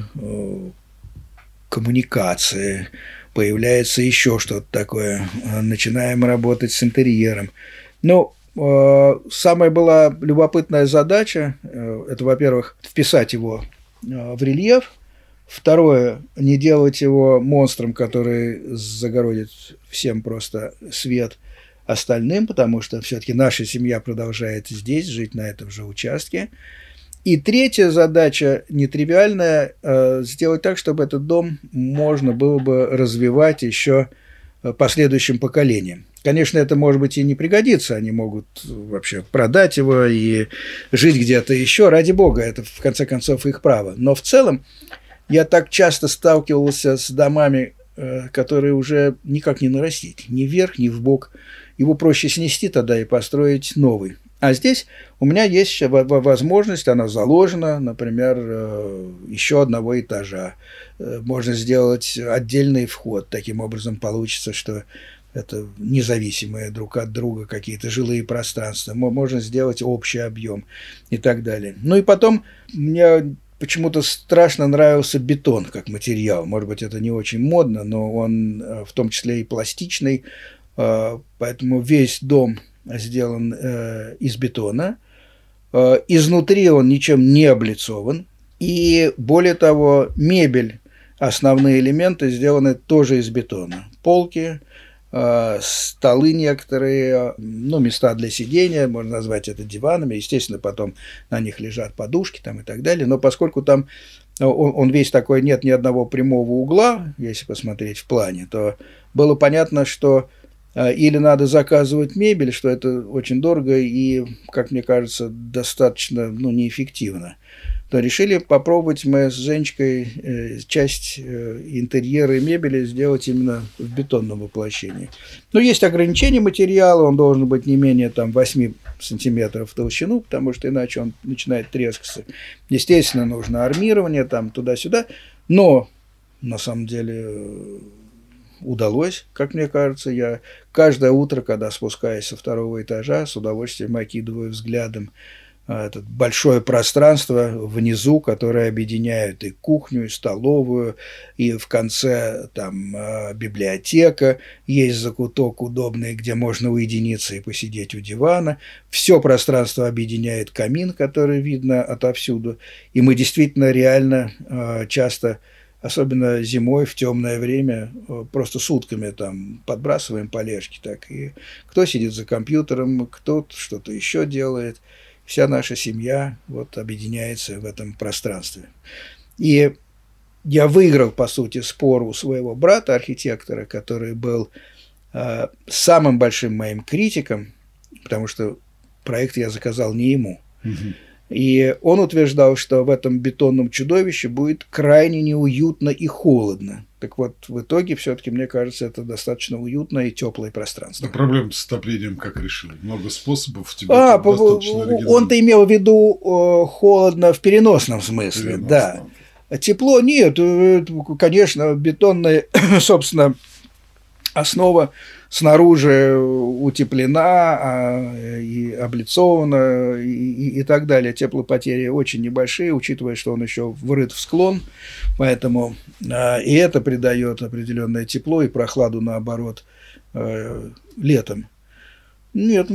Speaker 1: коммуникации, появляется еще что-то такое. Начинаем работать с интерьером. Ну, э, самая была любопытная задача, э, это, во-первых, вписать его э, в рельеф. Второе, не делать его монстром, который загородит всем просто свет остальным, потому что все-таки наша семья продолжает здесь жить, на этом же участке. И третья задача, нетривиальная, э, сделать так, чтобы этот дом можно было бы развивать еще последующим поколениям. Конечно, это, может быть, и не пригодится, они могут вообще продать его и жить где-то еще, ради бога, это, в конце концов, их право. Но в целом я так часто сталкивался с домами, которые уже никак не нарастить, ни вверх, ни вбок. Его проще снести тогда и построить новый. А здесь у меня есть возможность, она заложена, например, еще одного этажа. Можно сделать отдельный вход. Таким образом получится, что это независимые друг от друга какие-то жилые пространства. Можно сделать общий объем и так далее. Ну и потом мне почему-то страшно нравился бетон как материал. Может быть, это не очень модно, но он в том числе и пластичный. Поэтому весь дом сделан э, из бетона. Э, изнутри он ничем не облицован. И более того, мебель, основные элементы сделаны тоже из бетона. Полки, э, столы некоторые, ну, места для сидения, можно назвать это диванами. Естественно, потом на них лежат подушки там, и так далее. Но поскольку там он, он весь такой, нет ни одного прямого угла, если посмотреть в плане, то было понятно, что или надо заказывать мебель, что это очень дорого и, как мне кажется, достаточно ну, неэффективно. То решили попробовать мы с Женечкой часть интерьера и мебели сделать именно в бетонном воплощении. Но есть ограничения материала, он должен быть не менее там, восемь сантиметров в толщину, потому что иначе он начинает трескаться. Естественно, нужно армирование там, туда-сюда, но на самом деле удалось, как мне кажется. Я каждое утро, когда спускаюсь со второго этажа, с удовольствием окидываю взглядом это большое пространство внизу, которое объединяет и кухню, и столовую, и в конце там библиотека, есть закуток удобный, где можно уединиться и посидеть у дивана. Все пространство объединяет камин, который видно отовсюду, и мы действительно реально часто, особенно зимой в темное время, просто сутками там подбрасываем полежки, так и кто сидит за компьютером, кто что-то еще делает. Вся наша семья вот объединяется в этом пространстве. И я выиграл, по сути, спор у своего брата, архитектора, который был э, самым большим моим критиком, потому что проект я заказал не ему. Угу. И он утверждал, что в этом бетонном чудовище будет крайне неуютно и холодно. Так вот, в итоге, все-таки, мне кажется, это достаточно уютное и теплое пространство.
Speaker 2: А проблем с отоплением как решили? Много способов. Тебе а,
Speaker 1: он-то имел в виду э, холодно в переносном смысле, переносном. Да. Тепло нет, конечно, бетонная, собственно, основа снаружи утеплена и облицована и, и, и так далее. Теплопотери очень небольшие, учитывая, что он еще врыт в склон, поэтому и это придает определенное тепло и прохладу, наоборот, летом. Нет,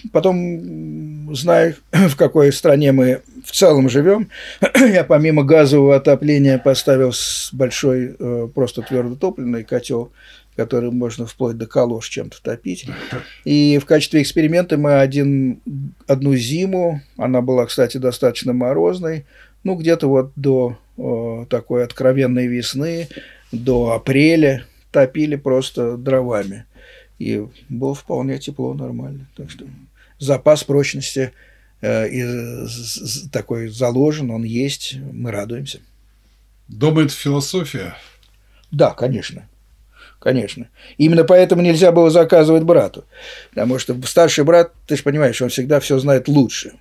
Speaker 1: потом, зная, в какой стране мы в целом живем, я помимо газового отопления поставил большой просто твердотопливный котел, который можно вплоть до колош чем-то топить. И в качестве эксперимента мы один, одну зиму, она была, кстати, достаточно морозной, ну, где-то вот до о, такой откровенной весны, до апреля топили просто дровами. И было вполне тепло, нормально. Так что запас прочности э, и, з, такой заложен, он есть, мы радуемся.
Speaker 2: Дома это философия? Да,
Speaker 1: конечно. Конечно. Именно поэтому нельзя было заказывать брату. Потому что старший брат, ты же понимаешь, он всегда все знает лучше.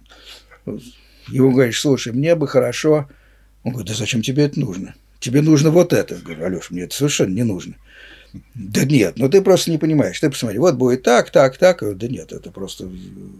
Speaker 1: Ему говоришь, слушай, мне бы хорошо. Он говорит, да зачем тебе это нужно? Тебе нужно вот это. Я говорю, Алёш, мне это совершенно не нужно. Да нет, ну ты просто не понимаешь. Ты посмотри, вот будет так, так, так. Да нет, это просто...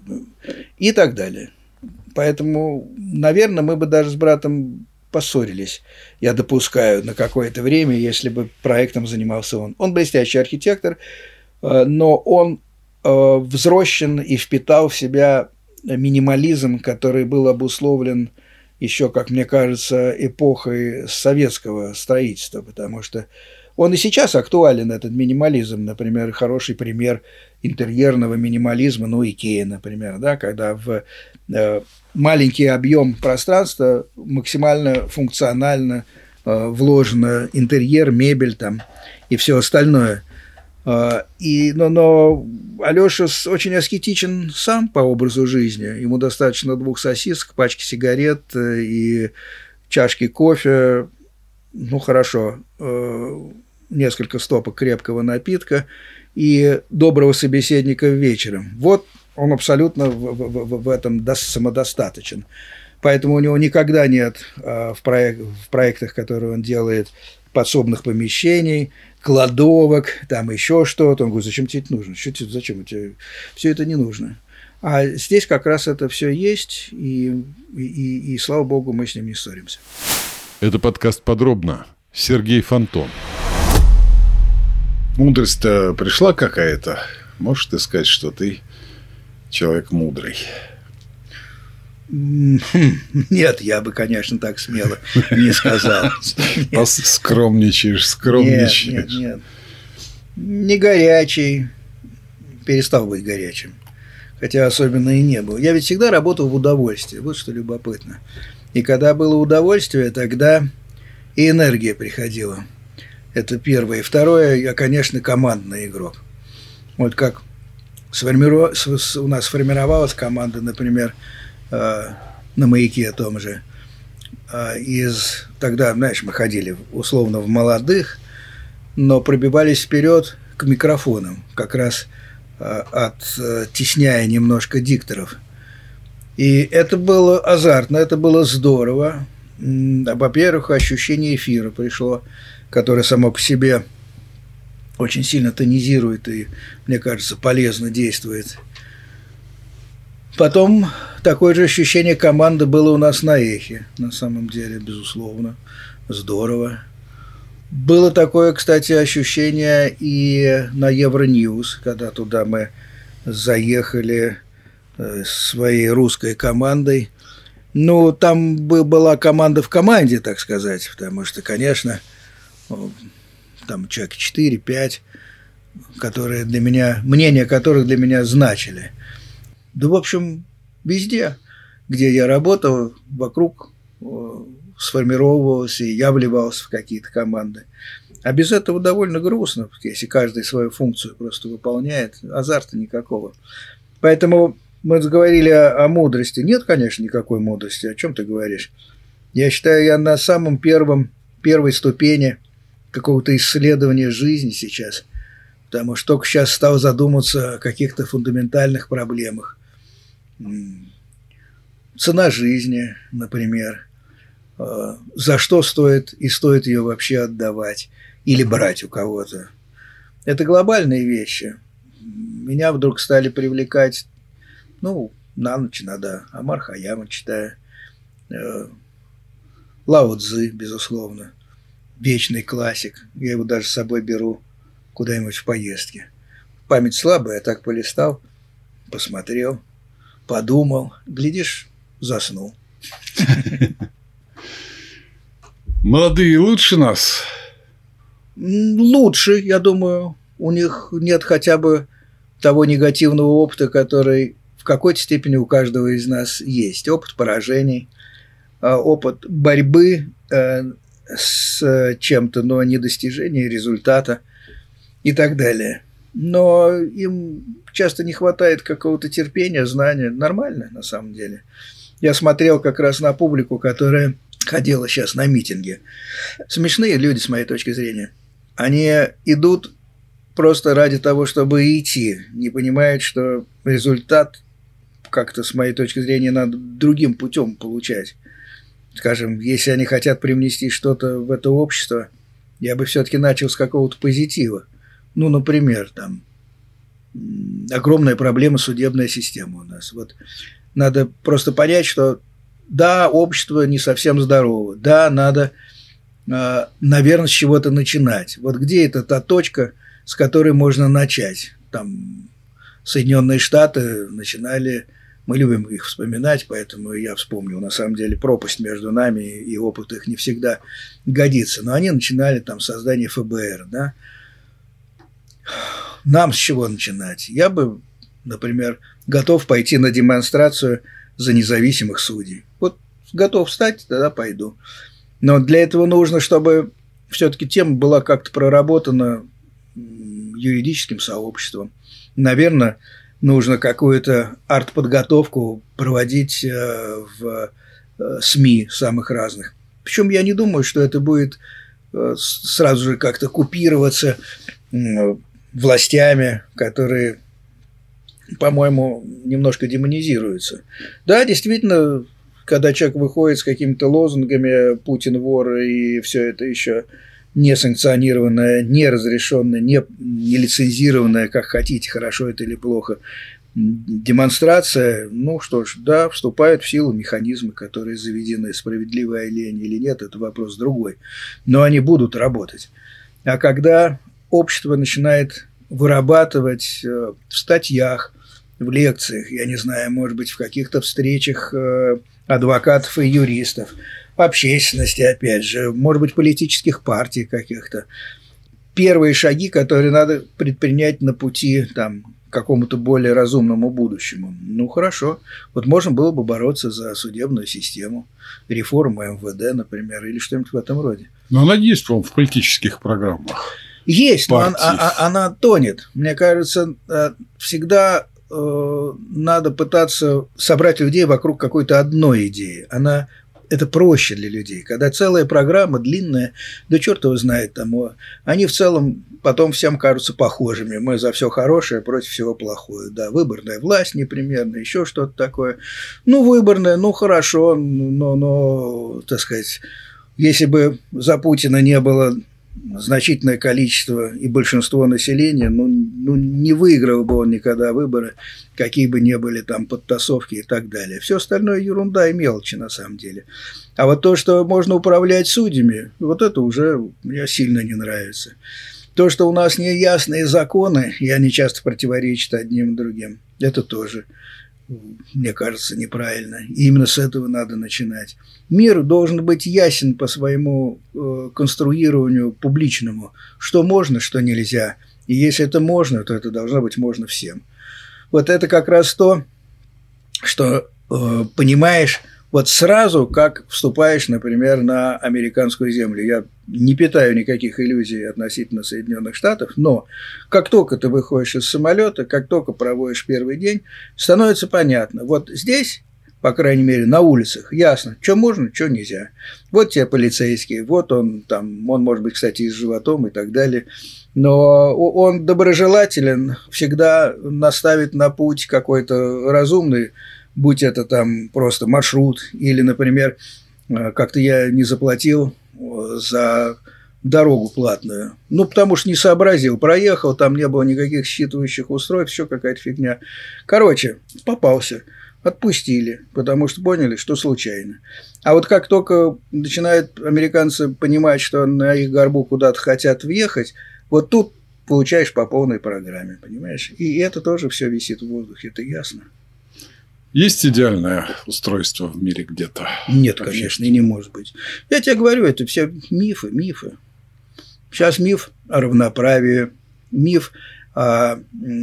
Speaker 1: И так далее. Поэтому, наверное, мы бы даже с братом поссорились, я допускаю, на какое-то время, если бы проектом занимался он. Он блестящий архитектор, но он взросшен и впитал в себя минимализм, который был обусловлен еще, как мне кажется, эпохой советского строительства, потому что он и сейчас актуален, этот минимализм. Например, хороший пример интерьерного минимализма, ну, Икея, например, да, когда в э, маленький объем пространства максимально функционально э, вложено интерьер, мебель там и все остальное. Э, и, но, но Алёша очень аскетичен сам по образу жизни. Ему достаточно двух сосисок, пачки сигарет э, и чашки кофе. Ну, хорошо, э, несколько стопок крепкого напитка и доброго собеседника вечером. Вот он абсолютно в, в, в этом самодостаточен. Поэтому у него никогда нет э, в, проект, в проектах, которые он делает, подсобных помещений, кладовок, там еще что-то. Он говорит, зачем тебе это нужно? Что тебе, зачем тебе? Все это не нужно. А здесь как раз это все есть, и, и, и, и слава богу, мы с ним не ссоримся.
Speaker 2: Это подкаст «Подробно». Сергей Фонтон. Мудрость-то пришла какая-то? Можешь ты сказать, что ты человек мудрый?
Speaker 1: Нет, я бы, конечно, так смело не сказал.
Speaker 2: Скромничаешь, скромничаешь.
Speaker 1: Нет, нет, нет. Не горячий. Перестал быть горячим. Хотя особенно и не был. Я ведь всегда работал в удовольствии. Вот что любопытно. И когда было удовольствие, тогда и энергия приходила. Это первое. И второе, я, конечно, командный игрок. Вот как сформиров... у нас сформировалась команда, например, на «Маяке» том же. Из... Тогда, знаешь, мы ходили условно в молодых, но пробивались вперед к микрофонам, как раз оттесняя немножко дикторов. И это было азартно, это было здорово. Во-первых, ощущение эфира пришло, которое само по себе очень сильно тонизирует и, мне кажется, полезно действует. Потом такое же ощущение команды было у нас на Эхе, на самом деле, безусловно. Здорово. Было такое, кстати, ощущение и на Евроньюз, когда туда мы заехали своей русской командой. Ну, там была команда в команде, так сказать, потому что, конечно, там человек четыре-пять, которые для меня, мнения которых для меня значили. Да, в общем, везде, где я работал, вокруг сформировалось, и я вливался в какие-то команды. А без этого довольно грустно, если каждый свою функцию просто выполняет, азарта никакого. Поэтому мы заговорили о, о мудрости. Нет, конечно, никакой мудрости. О чем ты говоришь? Я считаю, я на самом первом, первой ступени какого-то исследования жизни сейчас, потому что только сейчас стал задумываться о каких-то фундаментальных проблемах. Цена жизни, например. За что стоит и стоит ее вообще отдавать или брать у кого-то. Это глобальные вещи. Меня вдруг стали привлекать, ну, на ночь иногда, Омар Хайяма читаю, Лао Цзы, безусловно, вечный классик. Я его даже с собой беру куда-нибудь в поездке. Память слабая, я так полистал, посмотрел, подумал, глядишь, заснул.
Speaker 2: Молодые лучше нас?
Speaker 1: Лучше, я думаю. У них нет хотя бы того негативного опыта, который в какой-то степени у каждого из нас есть. Опыт поражений, опыт борьбы с чем-то, но не достижения результата и так далее. Но им часто не хватает какого-то терпения, знания. Нормально, на самом деле. Я смотрел как раз на публику, которая ходила сейчас на митинги. Смешные люди, с моей точки зрения. Они идут просто ради того, чтобы идти. Не понимают, что результат как-то, с моей точки зрения, надо другим путем получать. Скажем, если они хотят привнести что-то в это общество, я бы все-таки начал с какого-то позитива. Ну, например, там огромная проблема судебная система у нас. Вот надо просто понять, что да, общество не совсем здорово, да, надо, э, наверное, с чего-то начинать. Вот где это та точка, с которой можно начать? Там Соединенные Штаты начинали, мы любим их вспоминать, поэтому я вспомнил, на самом деле, пропасть между нами, и опыт их не всегда годится. Но они начинали там создание эф бэ эр, да. Нам с чего начинать? Я бы, например, готов пойти на демонстрацию за независимых судей. Вот готов стать, тогда пойду. Но для этого нужно, чтобы все-таки тема была как-то проработана юридическим сообществом. Наверное, нужно какую-то арт-подготовку проводить в СМИ самых разных. Причем я не думаю, что это будет сразу же как-то купироваться властями, которые, по-моему, немножко демонизируются. Да, действительно, когда человек выходит с какими-то лозунгами «Путин вор» и все это еще не санкционированное, не разрешенное, не, не лицензированное, как хотите, хорошо это или плохо, демонстрация, ну что ж, да, вступают в силу механизмы, которые заведены. Справедливая лень или нет, это вопрос другой. Но они будут работать. А когда общество начинает вырабатывать в статьях, в лекциях, я не знаю, может быть, в каких-то встречах адвокатов и юристов, общественности, опять же, может быть, политических партий каких-то. Первые шаги, которые надо предпринять на пути там, к какому-то более разумному будущему. Ну, хорошо. Вот можно было бы бороться за судебную систему, реформу эм вэ дэ, например, или что-нибудь в этом роде.
Speaker 2: Но она есть, по-моему, в политических программах.
Speaker 1: Есть, партий. Но она, она тонет. Мне кажется, всегда э, надо пытаться собрать людей вокруг какой-то одной идеи. Она это проще для людей. Когда целая программа длинная, да черт его знает, там, они в целом потом всем кажутся похожими. Мы за все хорошее против всего плохое. Да, выборная власть непримерно, еще что-то такое. Ну, выборная, ну, хорошо, но, но, так сказать, если бы за Путина не было значительное количество и большинство населения, ну, ну, не выиграл бы он никогда выборы, какие бы ни были там подтасовки и так далее. Все остальное ерунда и мелочи на самом деле. А вот то, что можно управлять судьями, вот это уже мне сильно не нравится. То, что у нас неясные законы, и они часто противоречат одним и другим, это тоже, мне кажется, неправильно. И именно с этого надо начинать. Мир должен быть ясен по своему э, конструированию публичному, что можно, что нельзя. И если это можно, то это должно быть можно всем. Вот это как раз то, что э, понимаешь вот сразу, как вступаешь, например, на американскую землю. Я не питаю никаких иллюзий относительно Соединенных Штатов, но как только ты выходишь из самолета, как только проводишь первый день, становится понятно. Вот здесь, по крайней мере, на улицах, ясно, что можно, что нельзя. Вот те полицейские, вот он там, он может быть, кстати, и с животом и так далее, но он доброжелателен, всегда наставит на путь какой-то разумный, будь это там просто маршрут, или, например, как-то я не заплатил за дорогу платную, ну, потому что не сообразил, проехал, там не было никаких считывающих устройств, еще какая-то фигня. Короче, попался, отпустили, потому что поняли, что случайно. А вот как только начинают американцы понимать, что на их горбу куда-то хотят въехать, вот тут получаешь по полной программе, понимаешь? И это тоже все висит в воздухе, это ясно.
Speaker 2: Есть идеальное устройство в мире где-то?
Speaker 1: Нет, конечно, и не может быть. Я тебе говорю, это все мифы, мифы. Сейчас миф о равноправии, миф о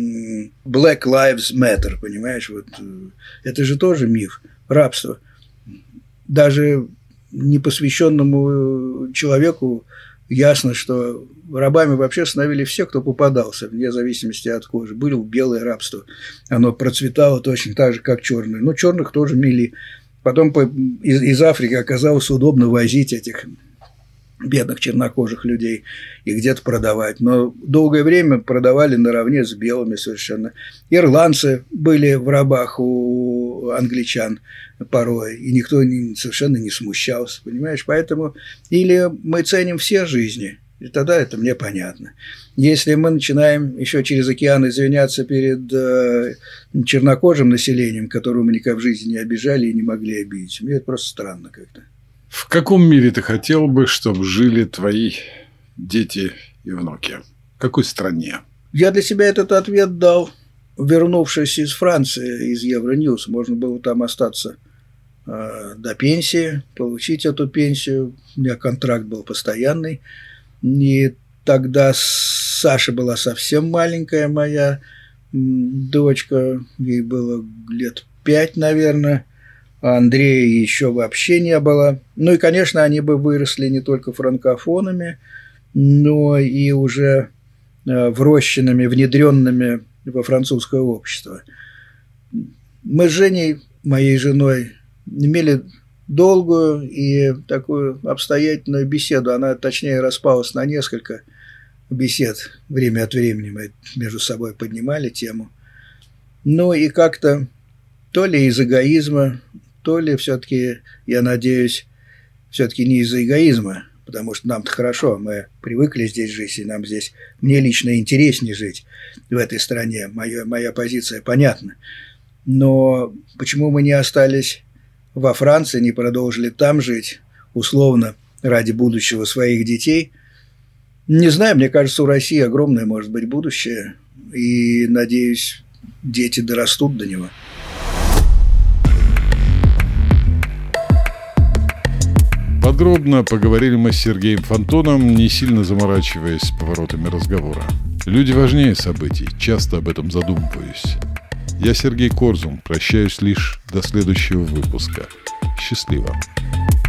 Speaker 1: Black Lives Matter, понимаешь? Вот, это же тоже миф, рабство. Даже непосвященному человеку ясно, что рабами вообще становились все, кто попадался, вне зависимости от кожи. Было белое рабство, оно процветало точно так же, как черное. Но черных тоже мели. Потом из, из Африки оказалось удобно возить этих бедных чернокожих людей и где-то продавать. Но долгое время продавали наравне с белыми совершенно. Ирландцы были в рабах у англичан порой, и никто не, совершенно не смущался, понимаешь? Поэтому или мы ценим все жизни, и тогда это мне понятно. Если мы начинаем еще через океан извиняться перед э, чернокожим населением, которого мы никогда в жизни не обижали и не могли обидеть, мне это просто странно как-то.
Speaker 2: В каком мире ты хотел бы, чтобы жили твои дети и внуки? В какой стране?
Speaker 1: Я для себя этот ответ дал, вернувшись из Франции, из Евроньюз. Можно было там остаться э, до пенсии, получить эту пенсию. У меня контракт был постоянный. И тогда Саша была совсем маленькая, моя дочка. Ей было лет пять, наверное. А Андрея еще вообще не было. Ну и, конечно, они бы выросли не только франкофонами, но и уже врощенными, внедренными во французское общество. Мы с Женей, моей женой, имели долгую и такую обстоятельную беседу. Она, точнее, распалась на несколько бесед. Время от времени мы между собой поднимали тему. Ну и как-то то ли из эгоизма, то ли все-таки, я надеюсь, все-таки не из-за эгоизма, потому что нам-то хорошо, мы привыкли здесь жить, и нам здесь, мне лично интереснее жить в этой стране, моя, моя позиция понятна. Но почему мы не остались во Франции, не продолжили там жить, условно, ради будущего своих детей? Не знаю, мне кажется, у России огромное может быть будущее, и, надеюсь, дети дорастут до него.
Speaker 2: Подробно поговорили мы с Сергеем Фонтоном, не сильно заморачиваясь поворотами разговора. Люди важнее событий, часто об этом задумываюсь. Я Сергей Корзун, прощаюсь лишь до следующего выпуска. Счастливо.